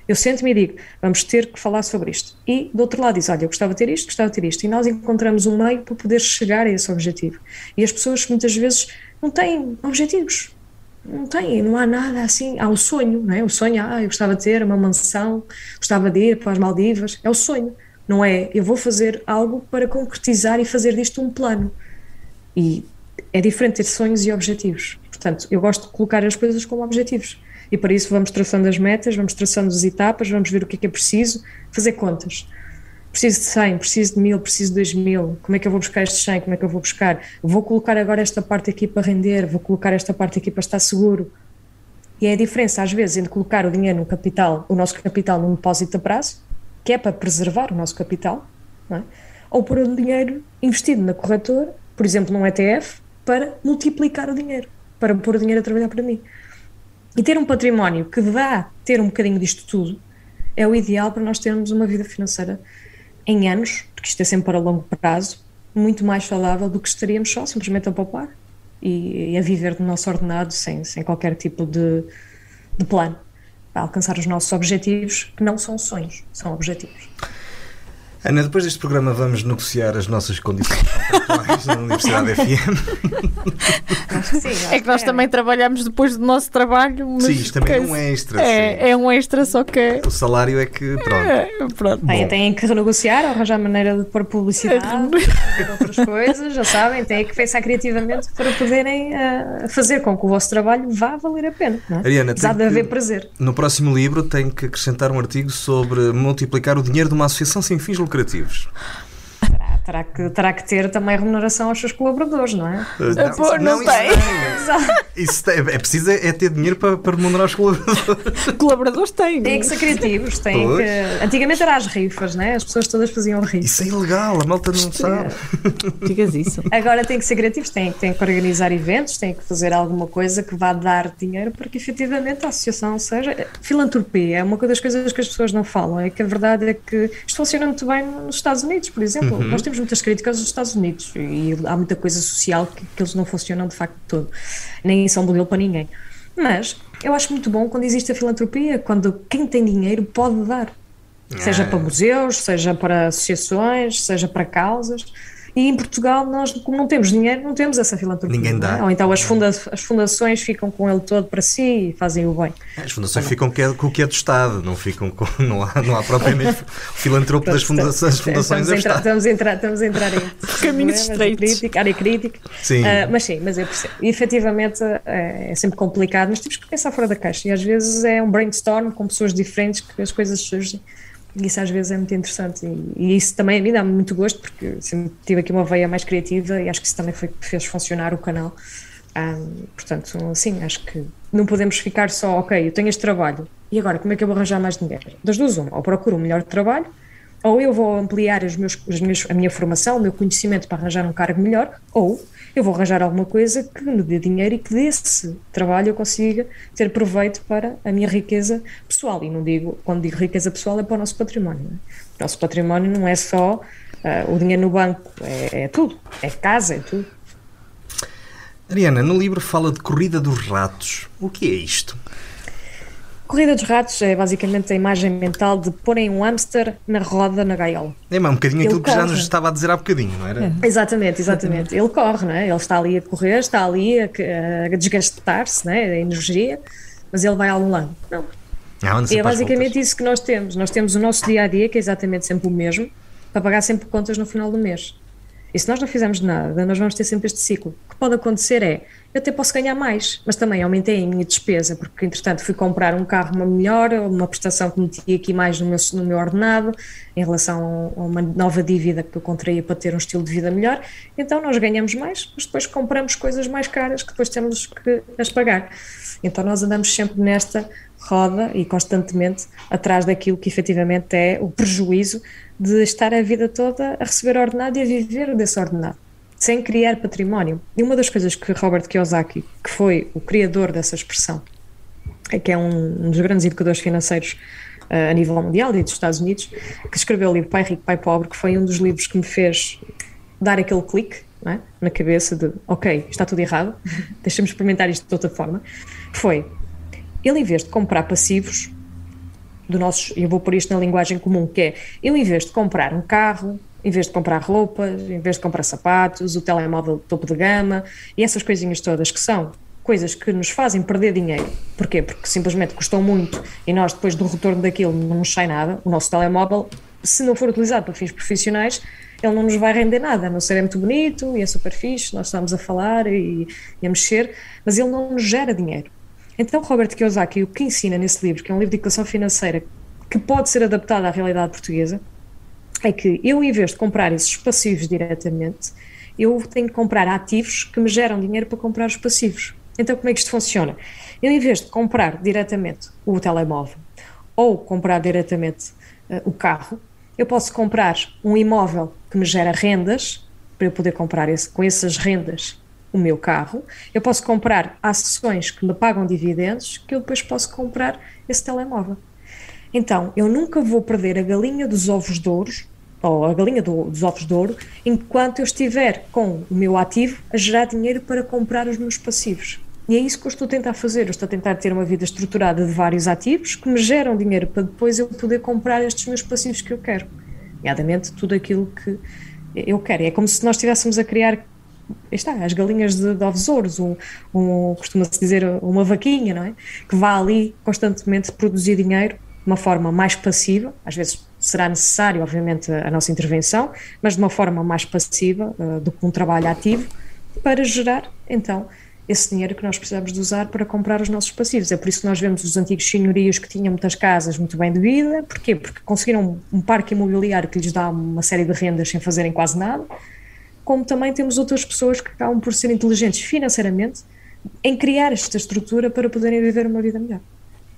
Speaker 3: Eu sento-me e digo, vamos ter que falar sobre isto. E do outro lado diz, olha, eu gostava de ter isto, gostava de ter isto. E nós encontramos um meio para poder chegar a esse objetivo. E as pessoas muitas vezes não têm objetivos. Não há nada assim. Há o sonho, não é? O sonho, eu gostava de ter uma mansão, gostava de ir para as Maldivas. É o sonho. Não é, eu vou fazer algo para concretizar e fazer disto um plano. E é diferente ter sonhos e objetivos. Portanto, eu gosto de colocar as coisas como objetivos. E para isso vamos traçando as metas, vamos traçando as etapas, vamos ver o que é preciso, fazer contas. Preciso de 100, preciso de 1000, preciso de 2000, como é que eu vou buscar estes 100, como é que eu vou buscar? Vou colocar agora esta parte aqui para render, vou colocar esta parte aqui para estar seguro. E é a diferença, às vezes, entre colocar o dinheiro no capital, o nosso capital num depósito a prazo, que é para preservar o nosso capital, não é? Ou pôr o dinheiro investido na corretora, por exemplo, num ETF, para multiplicar o dinheiro, para pôr o dinheiro a trabalhar para mim. E ter um património que dá ter um bocadinho disto tudo é o ideal para nós termos uma vida financeira em anos, porque isto é sempre para longo prazo, muito mais saudável do que estaríamos só simplesmente a poupar e a viver do nosso ordenado sem qualquer tipo de plano para alcançar os nossos objetivos, que não são sonhos, são objetivos.
Speaker 1: Ana, depois deste programa vamos negociar as nossas condições contratuais na Universidade FM.
Speaker 3: Acho que sim,
Speaker 2: É que nós também trabalhamos depois do nosso trabalho. Mas
Speaker 1: sim, isto também é um extra.
Speaker 2: É um extra, só que...
Speaker 1: O salário é que, pronto.
Speaker 3: Têm que renegociar, arranjar maneira de pôr publicidade, fazer outras coisas, já sabem, têm que pensar criativamente para poderem fazer com que o vosso trabalho vá valer a pena. Não é?
Speaker 1: Ariana,
Speaker 3: apesar de haver prazer.
Speaker 1: No próximo livro tem que acrescentar um artigo sobre multiplicar o dinheiro de uma associação sem fins lucrativos.
Speaker 3: Terá que ter também remuneração aos seus colaboradores, não é?
Speaker 2: Não tem.
Speaker 1: Isso é preciso ter dinheiro para remunerar os colaboradores.
Speaker 2: Colaboradores têm.
Speaker 3: Têm que ser criativos. Antigamente eram as rifas, né? As pessoas todas faziam rifas.
Speaker 1: Isso é ilegal, a malta não sabe.
Speaker 2: Digas isso.
Speaker 3: Agora têm que ser criativos, têm que organizar eventos, têm que fazer alguma coisa que vá dar dinheiro para que efetivamente a associação seja... Filantropia é uma das coisas que as pessoas não falam, é que a verdade é que isto funciona muito bem nos Estados Unidos, por exemplo. Nós temos muitas críticas dos Estados Unidos e há muita coisa social que eles não funcionam de facto todo, nem são modelo para ninguém, mas eu acho muito bom quando existe a filantropia, quando quem tem dinheiro pode dar, seja para museus, seja para associações, seja para causas. E em Portugal, nós, como não temos dinheiro, não temos essa filantropia.
Speaker 1: Ninguém dá.
Speaker 3: Ou então as fundações ficam com ele todo para si e fazem o bem.
Speaker 1: As fundações ficam com o que é do Estado, não ficam com. Não há propriamente filantropo das fundações do Estado.
Speaker 3: Estamos a entrar em
Speaker 2: caminhos estreitos.
Speaker 3: Área crítica.
Speaker 1: Sim.
Speaker 3: Mas eu percebo. E efetivamente é sempre complicado, mas temos que pensar fora da caixa. E às vezes é um brainstorm com pessoas diferentes que as coisas surgem. E isso às vezes é muito interessante e isso também a mim dá-me muito gosto porque sempre tive aqui uma veia mais criativa e acho que isso também foi que fez funcionar o canal. Portanto, sim, acho que não podemos ficar só, ok, eu tenho este trabalho e agora como é que eu vou arranjar mais dinheiro? Das duas uma, ou procuro um melhor trabalho ou eu vou ampliar a minha formação, o meu conhecimento para arranjar um cargo melhor, ou eu vou arranjar alguma coisa que me dê dinheiro e que desse trabalho eu consiga ter proveito para a minha riqueza pessoal. E quando digo riqueza pessoal, é para o nosso património. Não é? O nosso património não é só o dinheiro no banco, é tudo, é casa, é tudo.
Speaker 1: Ariana, no livro fala de corrida dos ratos. O que é isto?
Speaker 3: Corrida dos ratos é basicamente a imagem mental de porem um hamster na roda, na gaiola.
Speaker 1: É um bocadinho aquilo que já nos estava a dizer há bocadinho, não era?
Speaker 3: Exatamente. Ele corre, não é? Ele está ali a correr, está ali a desgastar-se, não é? A energia, mas ele vai a algum lado. Não. É basicamente isso que nós temos. Nós temos o nosso dia-a-dia, que é exatamente sempre o mesmo, para pagar sempre contas no final do mês. E se nós não fizermos nada, nós vamos ter sempre este ciclo. O que pode acontecer é, eu até posso ganhar mais, mas também aumentei a minha despesa, porque entretanto fui comprar um carro melhor, uma prestação que meti aqui mais no meu ordenado, em relação a uma nova dívida que eu contraía para ter um estilo de vida melhor, então nós ganhamos mais, mas depois compramos coisas mais caras que depois temos que as pagar. Então nós andamos sempre nesta roda e constantemente atrás daquilo que efetivamente é o prejuízo de estar a vida toda a receber ordenado e a viver desse ordenado, sem criar património. E uma das coisas que Robert Kiyosaki, que foi o criador dessa expressão, que é um dos grandes educadores financeiros a nível mundial e dos Estados Unidos, que escreveu o livro Pai Rico, Pai Pobre, que foi um dos livros que me fez dar aquele clique, não é? Na cabeça de, ok, está tudo errado, deixa-me experimentar isto de outra forma, foi, ele em vez de comprar passivos, eu vou pôr isto na linguagem comum, que é, eu em vez de comprar um carro, em vez de comprar roupas, em vez de comprar sapatos, o telemóvel topo de gama e essas coisinhas todas que são coisas que nos fazem perder dinheiro. Porquê? Porque simplesmente custou muito e nós depois do retorno daquilo não nos sai nada. O nosso telemóvel, se não for utilizado para fins profissionais, ele não nos vai render nada, a não ser é muito bonito e é super fixe, nós estamos a falar e a mexer, mas ele não nos gera dinheiro. Então Robert Kiyosaki, o que ensina nesse livro, que é um livro de educação financeira que pode ser adaptado à realidade portuguesa, é que eu, em vez de comprar esses passivos diretamente, eu tenho que comprar ativos que me geram dinheiro para comprar os passivos. Então como é que isto funciona? Eu, em vez de comprar diretamente o telemóvel ou comprar diretamente o carro, eu posso comprar um imóvel que me gera rendas, para eu poder comprar com essas rendas o meu carro. Eu posso comprar ações que me pagam dividendos, que eu depois posso comprar esse telemóvel. Então, eu nunca vou perder a galinha dos ovos de ouro, ou a galinha dos ovos de ouro, enquanto eu estiver com o meu ativo a gerar dinheiro para comprar os meus passivos. E é isso que eu estou a tentar fazer. Eu estou a tentar ter uma vida estruturada de vários ativos que me geram dinheiro para depois eu poder comprar estes meus passivos que eu quero. Nomeadamente tudo aquilo que eu quero. É como se nós estivéssemos a criar as galinhas de ovos ouros, costuma-se dizer uma vaquinha, não é? Que vá ali constantemente produzir dinheiro de uma forma mais passiva. Às vezes será necessário, obviamente, a nossa intervenção, mas de uma forma mais passiva do que um trabalho ativo, para gerar, então, esse dinheiro que nós precisamos de usar para comprar os nossos passivos. É por isso que nós vemos os antigos senhorios que tinham muitas casas muito bem de vida. Porquê? Porque conseguiram um parque imobiliário que lhes dá uma série de rendas sem fazerem quase nada, como também temos outras pessoas que acabam por ser inteligentes financeiramente em criar esta estrutura para poderem viver uma vida melhor.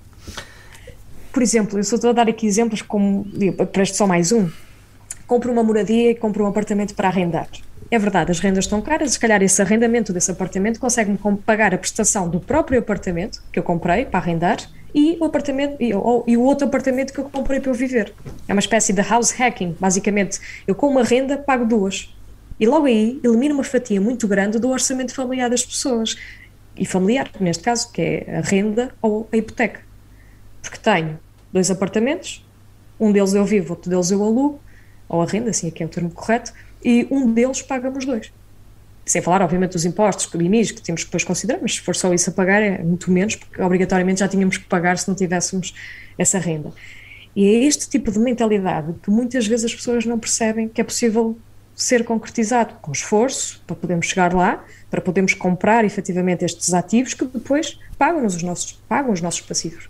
Speaker 3: Por exemplo, eu só estou a dar aqui exemplos como, para este só mais um, compro uma moradia e compro um apartamento para arrendar. É verdade, as rendas estão caras, se calhar esse arrendamento desse apartamento consegue-me pagar a prestação do próprio apartamento que eu comprei para arrendar e o outro apartamento que eu comprei para eu viver. É uma espécie de house hacking, basicamente. Eu com uma renda pago duas. E logo aí elimino uma fatia muito grande do orçamento familiar das pessoas. E familiar, neste caso, que é a renda ou a hipoteca. Porque tenho 2 apartamentos, um deles eu vivo, outro deles eu alugo, ou a renda, assim é que é o termo correto, e um deles paga-me os 2. Sem falar, obviamente, dos impostos, IMIs, que temos que depois considerar, mas se for só isso a pagar é muito menos, porque obrigatoriamente já tínhamos que pagar se não tivéssemos essa renda. E é este tipo de mentalidade que muitas vezes as pessoas não percebem que é possível ser concretizado com esforço para podermos chegar lá, para podermos comprar efetivamente estes ativos que depois pagam os nossos passivos.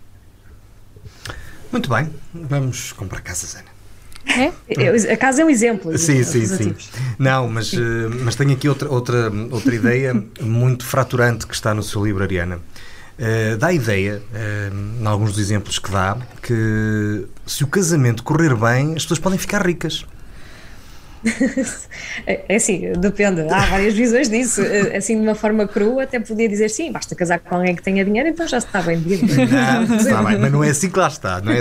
Speaker 1: Muito bem, vamos comprar casas, Ana.
Speaker 3: A casa é um exemplo.
Speaker 1: Sim. Não, mas tenho aqui outra ideia muito fraturante que está no seu livro, Ariana. Dá a ideia, em alguns dos exemplos que dá, que se o casamento correr bem, as pessoas podem ficar ricas.
Speaker 3: É assim, depende, há várias visões disso. Assim, de uma forma crua, até podia dizer sim, basta casar com alguém que tenha dinheiro, então já está bem de vida.
Speaker 1: Está bem, mas não é assim que lá está. Não.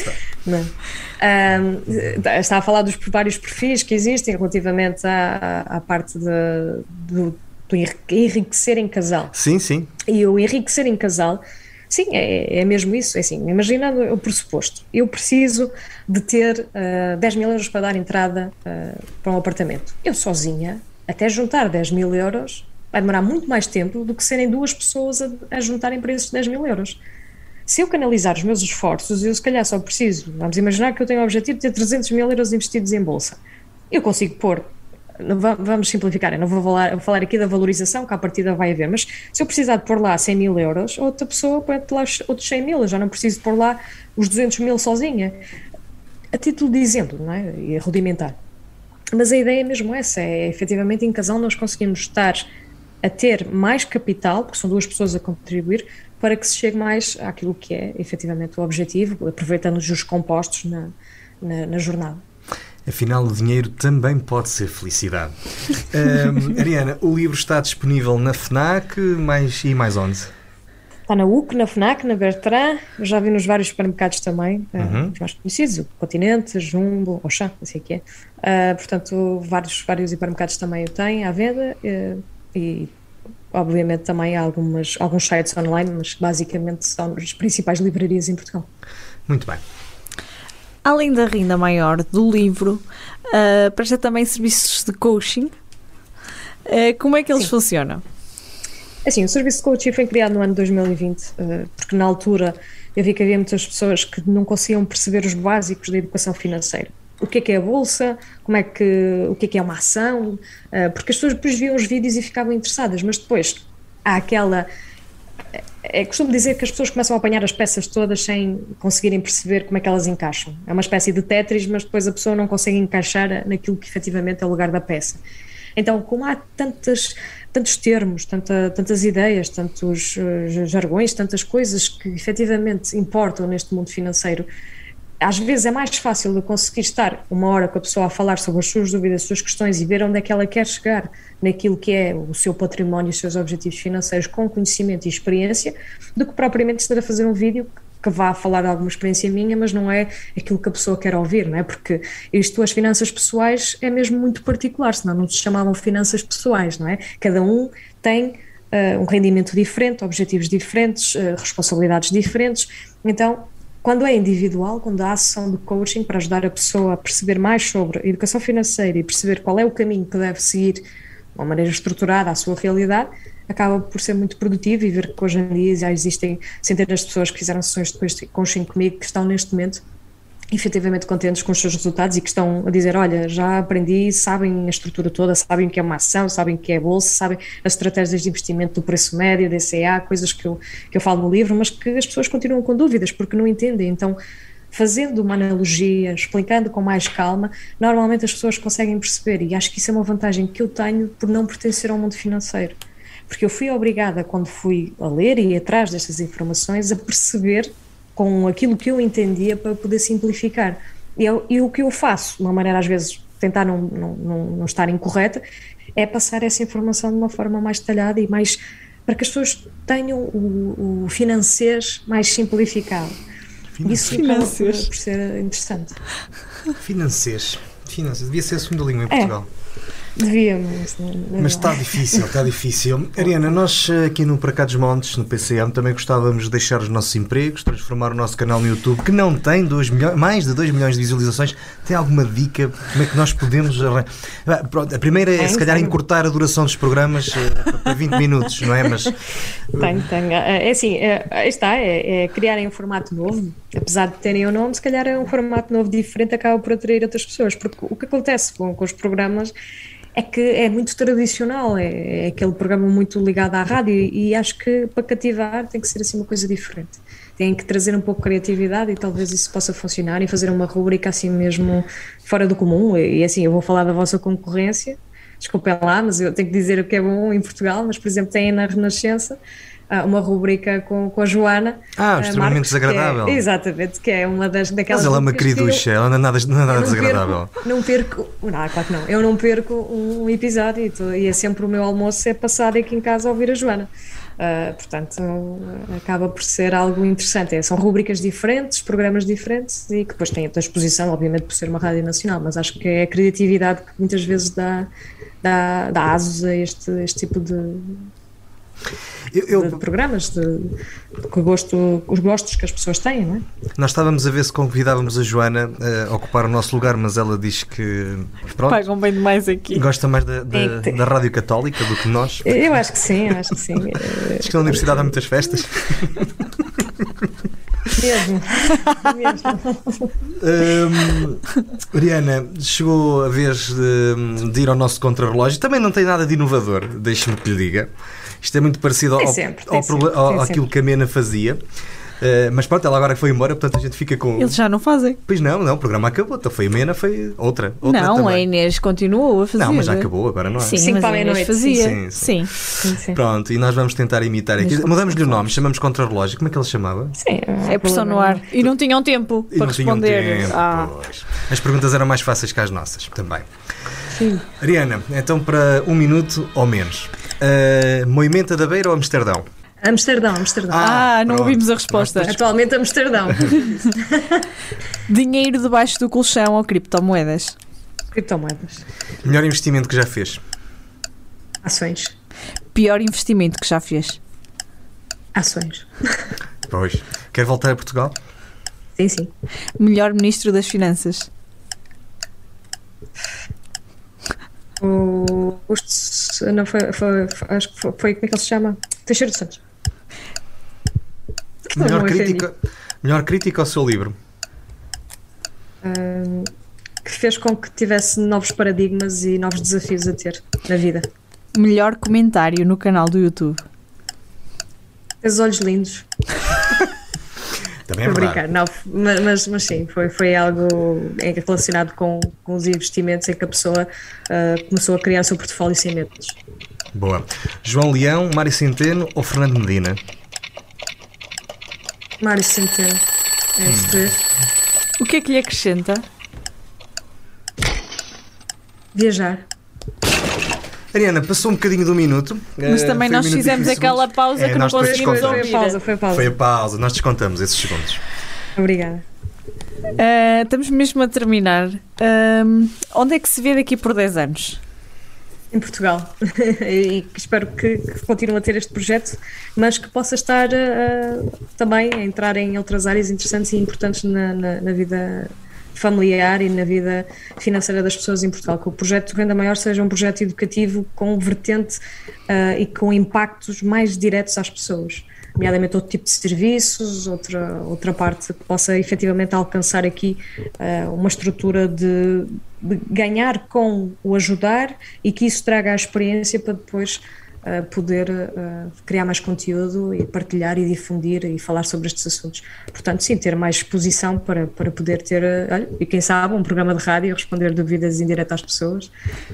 Speaker 3: Está a falar dos vários perfis que existem relativamente à parte do enriquecer em casal.
Speaker 1: Sim.
Speaker 3: E o enriquecer em casal, sim, é mesmo isso. É assim, imaginando o pressuposto, eu preciso de ter 10 mil euros para dar entrada para um apartamento. Eu sozinha, até juntar 10 mil euros, vai demorar muito mais tempo do que serem 2 pessoas a juntarem para esses 10 mil euros. Se eu canalizar os meus esforços, eu se calhar só preciso, vamos imaginar que eu tenho o objetivo de ter 300 mil euros investidos em bolsa. Eu consigo pôr, vamos simplificar, eu não vou falar aqui da valorização que à partida vai haver, mas se eu precisar de pôr lá 100 mil euros, outra pessoa põe lá outros 100 mil, eu já não preciso pôr lá os 200 mil sozinha. A título de exemplo, não é? E rudimentar. Mas a ideia é mesmo essa, é efetivamente em casal nós conseguimos estar a ter mais capital, porque são 2 pessoas a contribuir, para que se chegue mais àquilo que é efetivamente o objetivo, aproveitando os juros compostos na jornada.
Speaker 1: Afinal, o dinheiro também pode ser felicidade. Ariana, o livro está disponível na FNAC e mais onde?
Speaker 3: Está na UC, na FNAC, na Bertrand, já vi nos vários supermercados também, os mais conhecidos, o Continente, Jumbo, Auchan, assim que é. Portanto, vários supermercados também o têm à venda e obviamente também há alguns sites online, mas basicamente são as principais livrarias em Portugal.
Speaker 1: Muito bem.
Speaker 2: além da renda maior do livro, presta também serviços de coaching. Como é que eles funcionam?
Speaker 3: Assim, o serviço de coaching foi criado no ano de 2020, porque na altura eu vi que havia muitas pessoas que não conseguiam perceber os básicos da educação financeira. O que é a bolsa, o que é uma ação, porque as pessoas depois viam os vídeos e ficavam interessadas, mas depois há aquela... costumo dizer que as pessoas começam a apanhar as peças todas sem conseguirem perceber como é que elas encaixam. É uma espécie de Tetris, mas depois a pessoa não consegue encaixar naquilo que efetivamente é o lugar da peça. Então, como há tantos termos, tantas ideias, tantos jargões, tantas coisas que efetivamente importam neste mundo financeiro, às vezes é mais fácil de conseguir estar uma hora com a pessoa a falar sobre as suas dúvidas, as suas questões e ver onde é que ela quer chegar naquilo que é o seu património e os seus objetivos financeiros com conhecimento e experiência, do que propriamente estar a fazer um vídeo que vá falar de alguma experiência minha, mas não é aquilo que a pessoa quer ouvir, não é? Porque as finanças pessoais é mesmo muito particular, senão não se chamavam finanças pessoais, não é? Cada um tem um rendimento diferente, objetivos diferentes, responsabilidades diferentes, então quando é individual, quando há a sessão de coaching para ajudar a pessoa a perceber mais sobre a educação financeira e perceber qual é o caminho que deve seguir de uma maneira estruturada à sua realidade, acaba por ser muito produtivo e ver que hoje em dia já existem centenas de pessoas que fizeram sessões de coaching comigo que estão neste momento efetivamente contentes com os seus resultados e que estão a dizer, olha, já aprendi, sabem a estrutura toda, sabem o que é uma ação, sabem o que é a bolsa, sabem as estratégias de investimento do preço médio, DCA, coisas que eu falo no livro, mas que as pessoas continuam com dúvidas porque não entendem. Então, fazendo uma analogia, explicando com mais calma, normalmente as pessoas conseguem perceber, e acho que isso é uma vantagem que eu tenho por não pertencer ao mundo financeiro. Porque eu fui obrigada, quando fui a ler e ir atrás destas informações, a perceber com aquilo que eu entendia para poder simplificar. E o que eu faço, de uma maneira às vezes tentar não estar incorreta, é passar essa informação de uma forma mais detalhada e mais, para que as pessoas tenham o financeiro mais simplificado. Isso acaba por ser interessante.
Speaker 1: Financeiro. Devia ser a segunda língua em Portugal.
Speaker 3: Devíamos.
Speaker 1: Mas está difícil. Ariana, nós aqui no Para Cá dos Montes, no PCM, também gostávamos de deixar os nossos empregos, transformar o nosso canal no YouTube, que não tem mais de 2 milhões de visualizações. Tem alguma dica? Como é que nós podemos... Pronto, a primeira é, se calhar, encurtar a duração dos programas para 20 minutos, não é? Mas...
Speaker 3: Tenho. É assim, é criarem um formato novo. Apesar de terem o nome, se calhar é um formato novo diferente, acaba por atrair outras pessoas. Porque o que acontece com os programas é que é muito tradicional, é aquele programa muito ligado à rádio e acho que para cativar tem que ser assim uma coisa diferente. Tem que trazer um pouco de criatividade e talvez isso possa funcionar e fazer uma rubrica assim mesmo fora do comum. E assim, eu vou falar da vossa concorrência, desculpem lá, mas eu tenho que dizer o que é bom em Portugal, mas por exemplo tem na Renascença uma rubrica com a Joana.
Speaker 1: Extremamente
Speaker 3: Marcos,
Speaker 1: desagradável.
Speaker 3: exatamente, que é uma daquelas. Mas
Speaker 1: ela é uma queriducha, ela não é nada desagradável.
Speaker 3: Claro que não. Eu não perco um episódio e é sempre o meu almoço é passado aqui em casa a ouvir a Joana. Portanto, acaba por ser algo interessante. São rubricas diferentes, programas diferentes e que depois têm a exposição, obviamente, por ser uma rádio nacional, mas acho que é a criatividade que muitas vezes dá asos a este tipo de programas, os gostos que as pessoas têm, não é?
Speaker 1: Nós estávamos a ver se convidávamos a Joana a ocupar o nosso lugar, mas ela diz que
Speaker 2: pagam bem demais aqui.
Speaker 1: Gosta mais da Rádio Católica do que nós.
Speaker 3: Eu acho que sim.
Speaker 1: Diz que na universidade há muitas festas.
Speaker 3: Mesmo.
Speaker 1: Ariana, chegou a vez de ir ao nosso contrarrelógio. Também não tem nada de inovador, deixe-me que lhe diga. Isto é muito parecido àquilo que a Mena fazia. Mas pronto, ela agora foi embora, portanto a gente fica com...
Speaker 2: Eles já não fazem.
Speaker 1: Pois não, o programa acabou. Então foi a Mena, foi outra
Speaker 2: não,
Speaker 1: também.
Speaker 2: A Inês continuou a fazer.
Speaker 1: Não, mas já acabou, agora não é?
Speaker 2: Sim, mas a Inês fazia. Sim.
Speaker 1: Pronto, e nós vamos tentar imitar aqui. Mudamos-lhe o nome, chamamos Contrarrelógio. Como é que ele se chamava?
Speaker 3: Sim.
Speaker 2: É pressão no ar. E não tinham tempo para responder.
Speaker 1: Pois. As perguntas eram mais fáceis que as nossas, também.
Speaker 3: Sim.
Speaker 1: Ariana, então para 1 minuto ou menos. Moimenta da Beira ou Amsterdão?
Speaker 3: Amsterdão.
Speaker 2: Não ouvimos a resposta.
Speaker 3: Atualmente Amsterdão.
Speaker 2: Dinheiro debaixo do colchão ou criptomoedas?
Speaker 3: Criptomoedas.
Speaker 1: Melhor investimento que já fez?
Speaker 3: Ações.
Speaker 2: Pior investimento que já fez?
Speaker 3: Ações.
Speaker 1: Pois. Quer voltar a Portugal?
Speaker 3: Sim, sim.
Speaker 2: Melhor Ministro das Finanças.
Speaker 3: Não foi, acho que foi, como é que ele se chama? Teixeira dos Santos.
Speaker 1: Melhor crítica ao seu livro.
Speaker 3: Que fez com que tivesse novos paradigmas e novos desafios a ter na vida.
Speaker 2: Melhor comentário no canal do YouTube.
Speaker 3: Os olhos lindos.
Speaker 1: Também é verdade.
Speaker 3: Brincar, não, mas sim, foi algo relacionado com os investimentos em que a pessoa começou a criar o seu portfólio sem medos.
Speaker 1: Boa. João Leão, Mário Centeno ou Fernando Medina?
Speaker 3: Mário Centeno. É os três.
Speaker 2: O que é que lhe acrescenta?
Speaker 3: Viajar.
Speaker 1: Ariana, passou um bocadinho do minuto.
Speaker 2: Mas também nós fizemos aquela pausa que não conseguimos ouvir.
Speaker 3: Foi a pausa.
Speaker 1: Foi a pausa, nós descontamos esses segundos.
Speaker 3: Obrigada.
Speaker 2: Estamos mesmo a terminar. Onde é que se vê daqui por 10 anos?
Speaker 3: Em Portugal. E espero que continue a ter este projeto, mas que possa estar também a entrar em outras áreas interessantes e importantes na vida familiar e na vida financeira das pessoas em Portugal, que o projeto Renda Maior seja um projeto educativo com vertente e com impactos mais diretos às pessoas, nomeadamente outro tipo de serviços, outra parte que possa efetivamente alcançar aqui uma estrutura de ganhar com o ajudar e que isso traga a experiência para depois poder criar mais conteúdo e partilhar e difundir e falar sobre estes assuntos. Portanto, sim, ter mais exposição para poder ter, e quem sabe, um programa de rádio, responder dúvidas em direto às pessoas.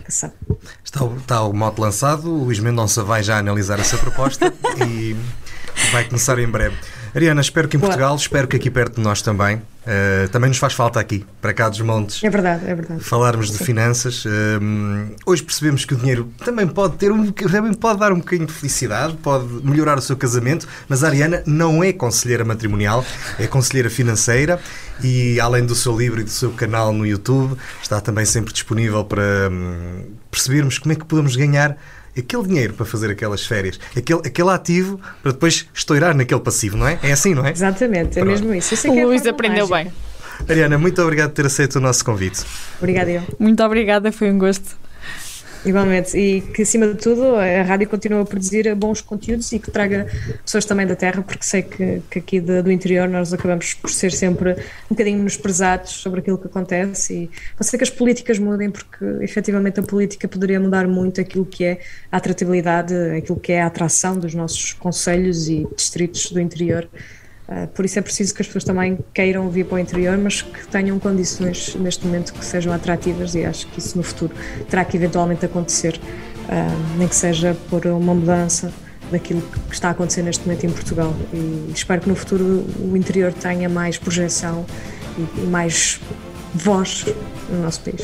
Speaker 1: Está o mote lançado, o Luís Mendonça vai já analisar essa proposta e vai começar em breve. Ariana, espero que em Portugal, espero que aqui perto de nós também, também nos faz falta aqui, para cá dos montes.
Speaker 3: É verdade.
Speaker 1: Falarmos de finanças. Hoje percebemos que o dinheiro também pode dar um bocadinho de felicidade, pode melhorar o seu casamento, mas a Ariana não é conselheira matrimonial, é conselheira financeira e, além do seu livro e do seu canal no YouTube, está também sempre disponível para percebermos como é que podemos ganhar aquele dinheiro para fazer aquelas férias, aquele ativo para depois estourar naquele passivo, não é? É assim, não é?
Speaker 3: Exatamente, é mesmo isso.
Speaker 2: O Luís aprendeu bem.
Speaker 1: Ariana, muito obrigado por ter aceito o nosso convite.
Speaker 3: Obrigada eu.
Speaker 2: Muito obrigada, foi um gosto.
Speaker 3: Igualmente, e que acima de tudo a rádio continue a produzir bons conteúdos e que traga pessoas também da terra, porque sei que aqui do interior nós acabamos por ser sempre um bocadinho menosprezados sobre aquilo que acontece e pode ser que as políticas mudem, porque efetivamente a política poderia mudar muito aquilo que é a atratividade, aquilo que é a atração dos nossos concelhos e distritos do interior. Por isso é preciso que as pessoas também queiram vir para o interior, mas que tenham condições neste momento que sejam atrativas, e acho que isso no futuro terá que eventualmente acontecer, nem que seja por uma mudança daquilo que está a acontecer neste momento em Portugal, e espero que no futuro o interior tenha mais projeção e mais voz no nosso país.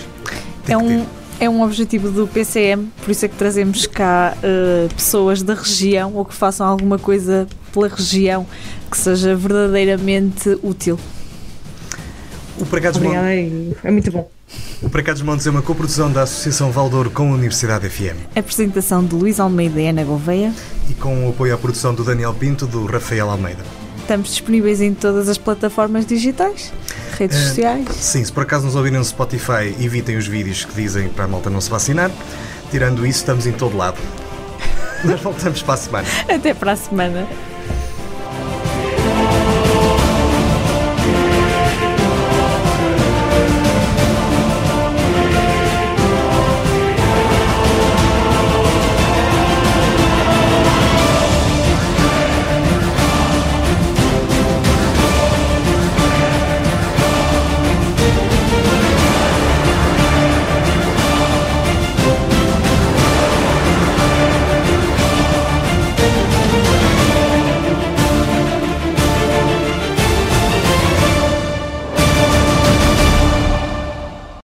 Speaker 2: É um objetivo do PCM, por isso é que trazemos cá pessoas da região ou que façam alguma coisa pela região que seja verdadeiramente útil.
Speaker 3: Obrigada, é muito bom.
Speaker 1: O Para Cá dos Montes é uma coprodução da Associação Valdouro com a Universidade FM.
Speaker 2: Apresentação de Luís Almeida e Ana Gouveia.
Speaker 1: E com o apoio à produção do Daniel Pinto, do Rafael Almeida.
Speaker 2: Estamos disponíveis em todas as plataformas digitais, redes sociais.
Speaker 1: Sim, se por acaso nos ouvirem no Spotify, evitem os vídeos que dizem para a malta não se vacinar. Tirando isso, estamos em todo lado. Nós voltamos para a semana.
Speaker 2: Até para a semana.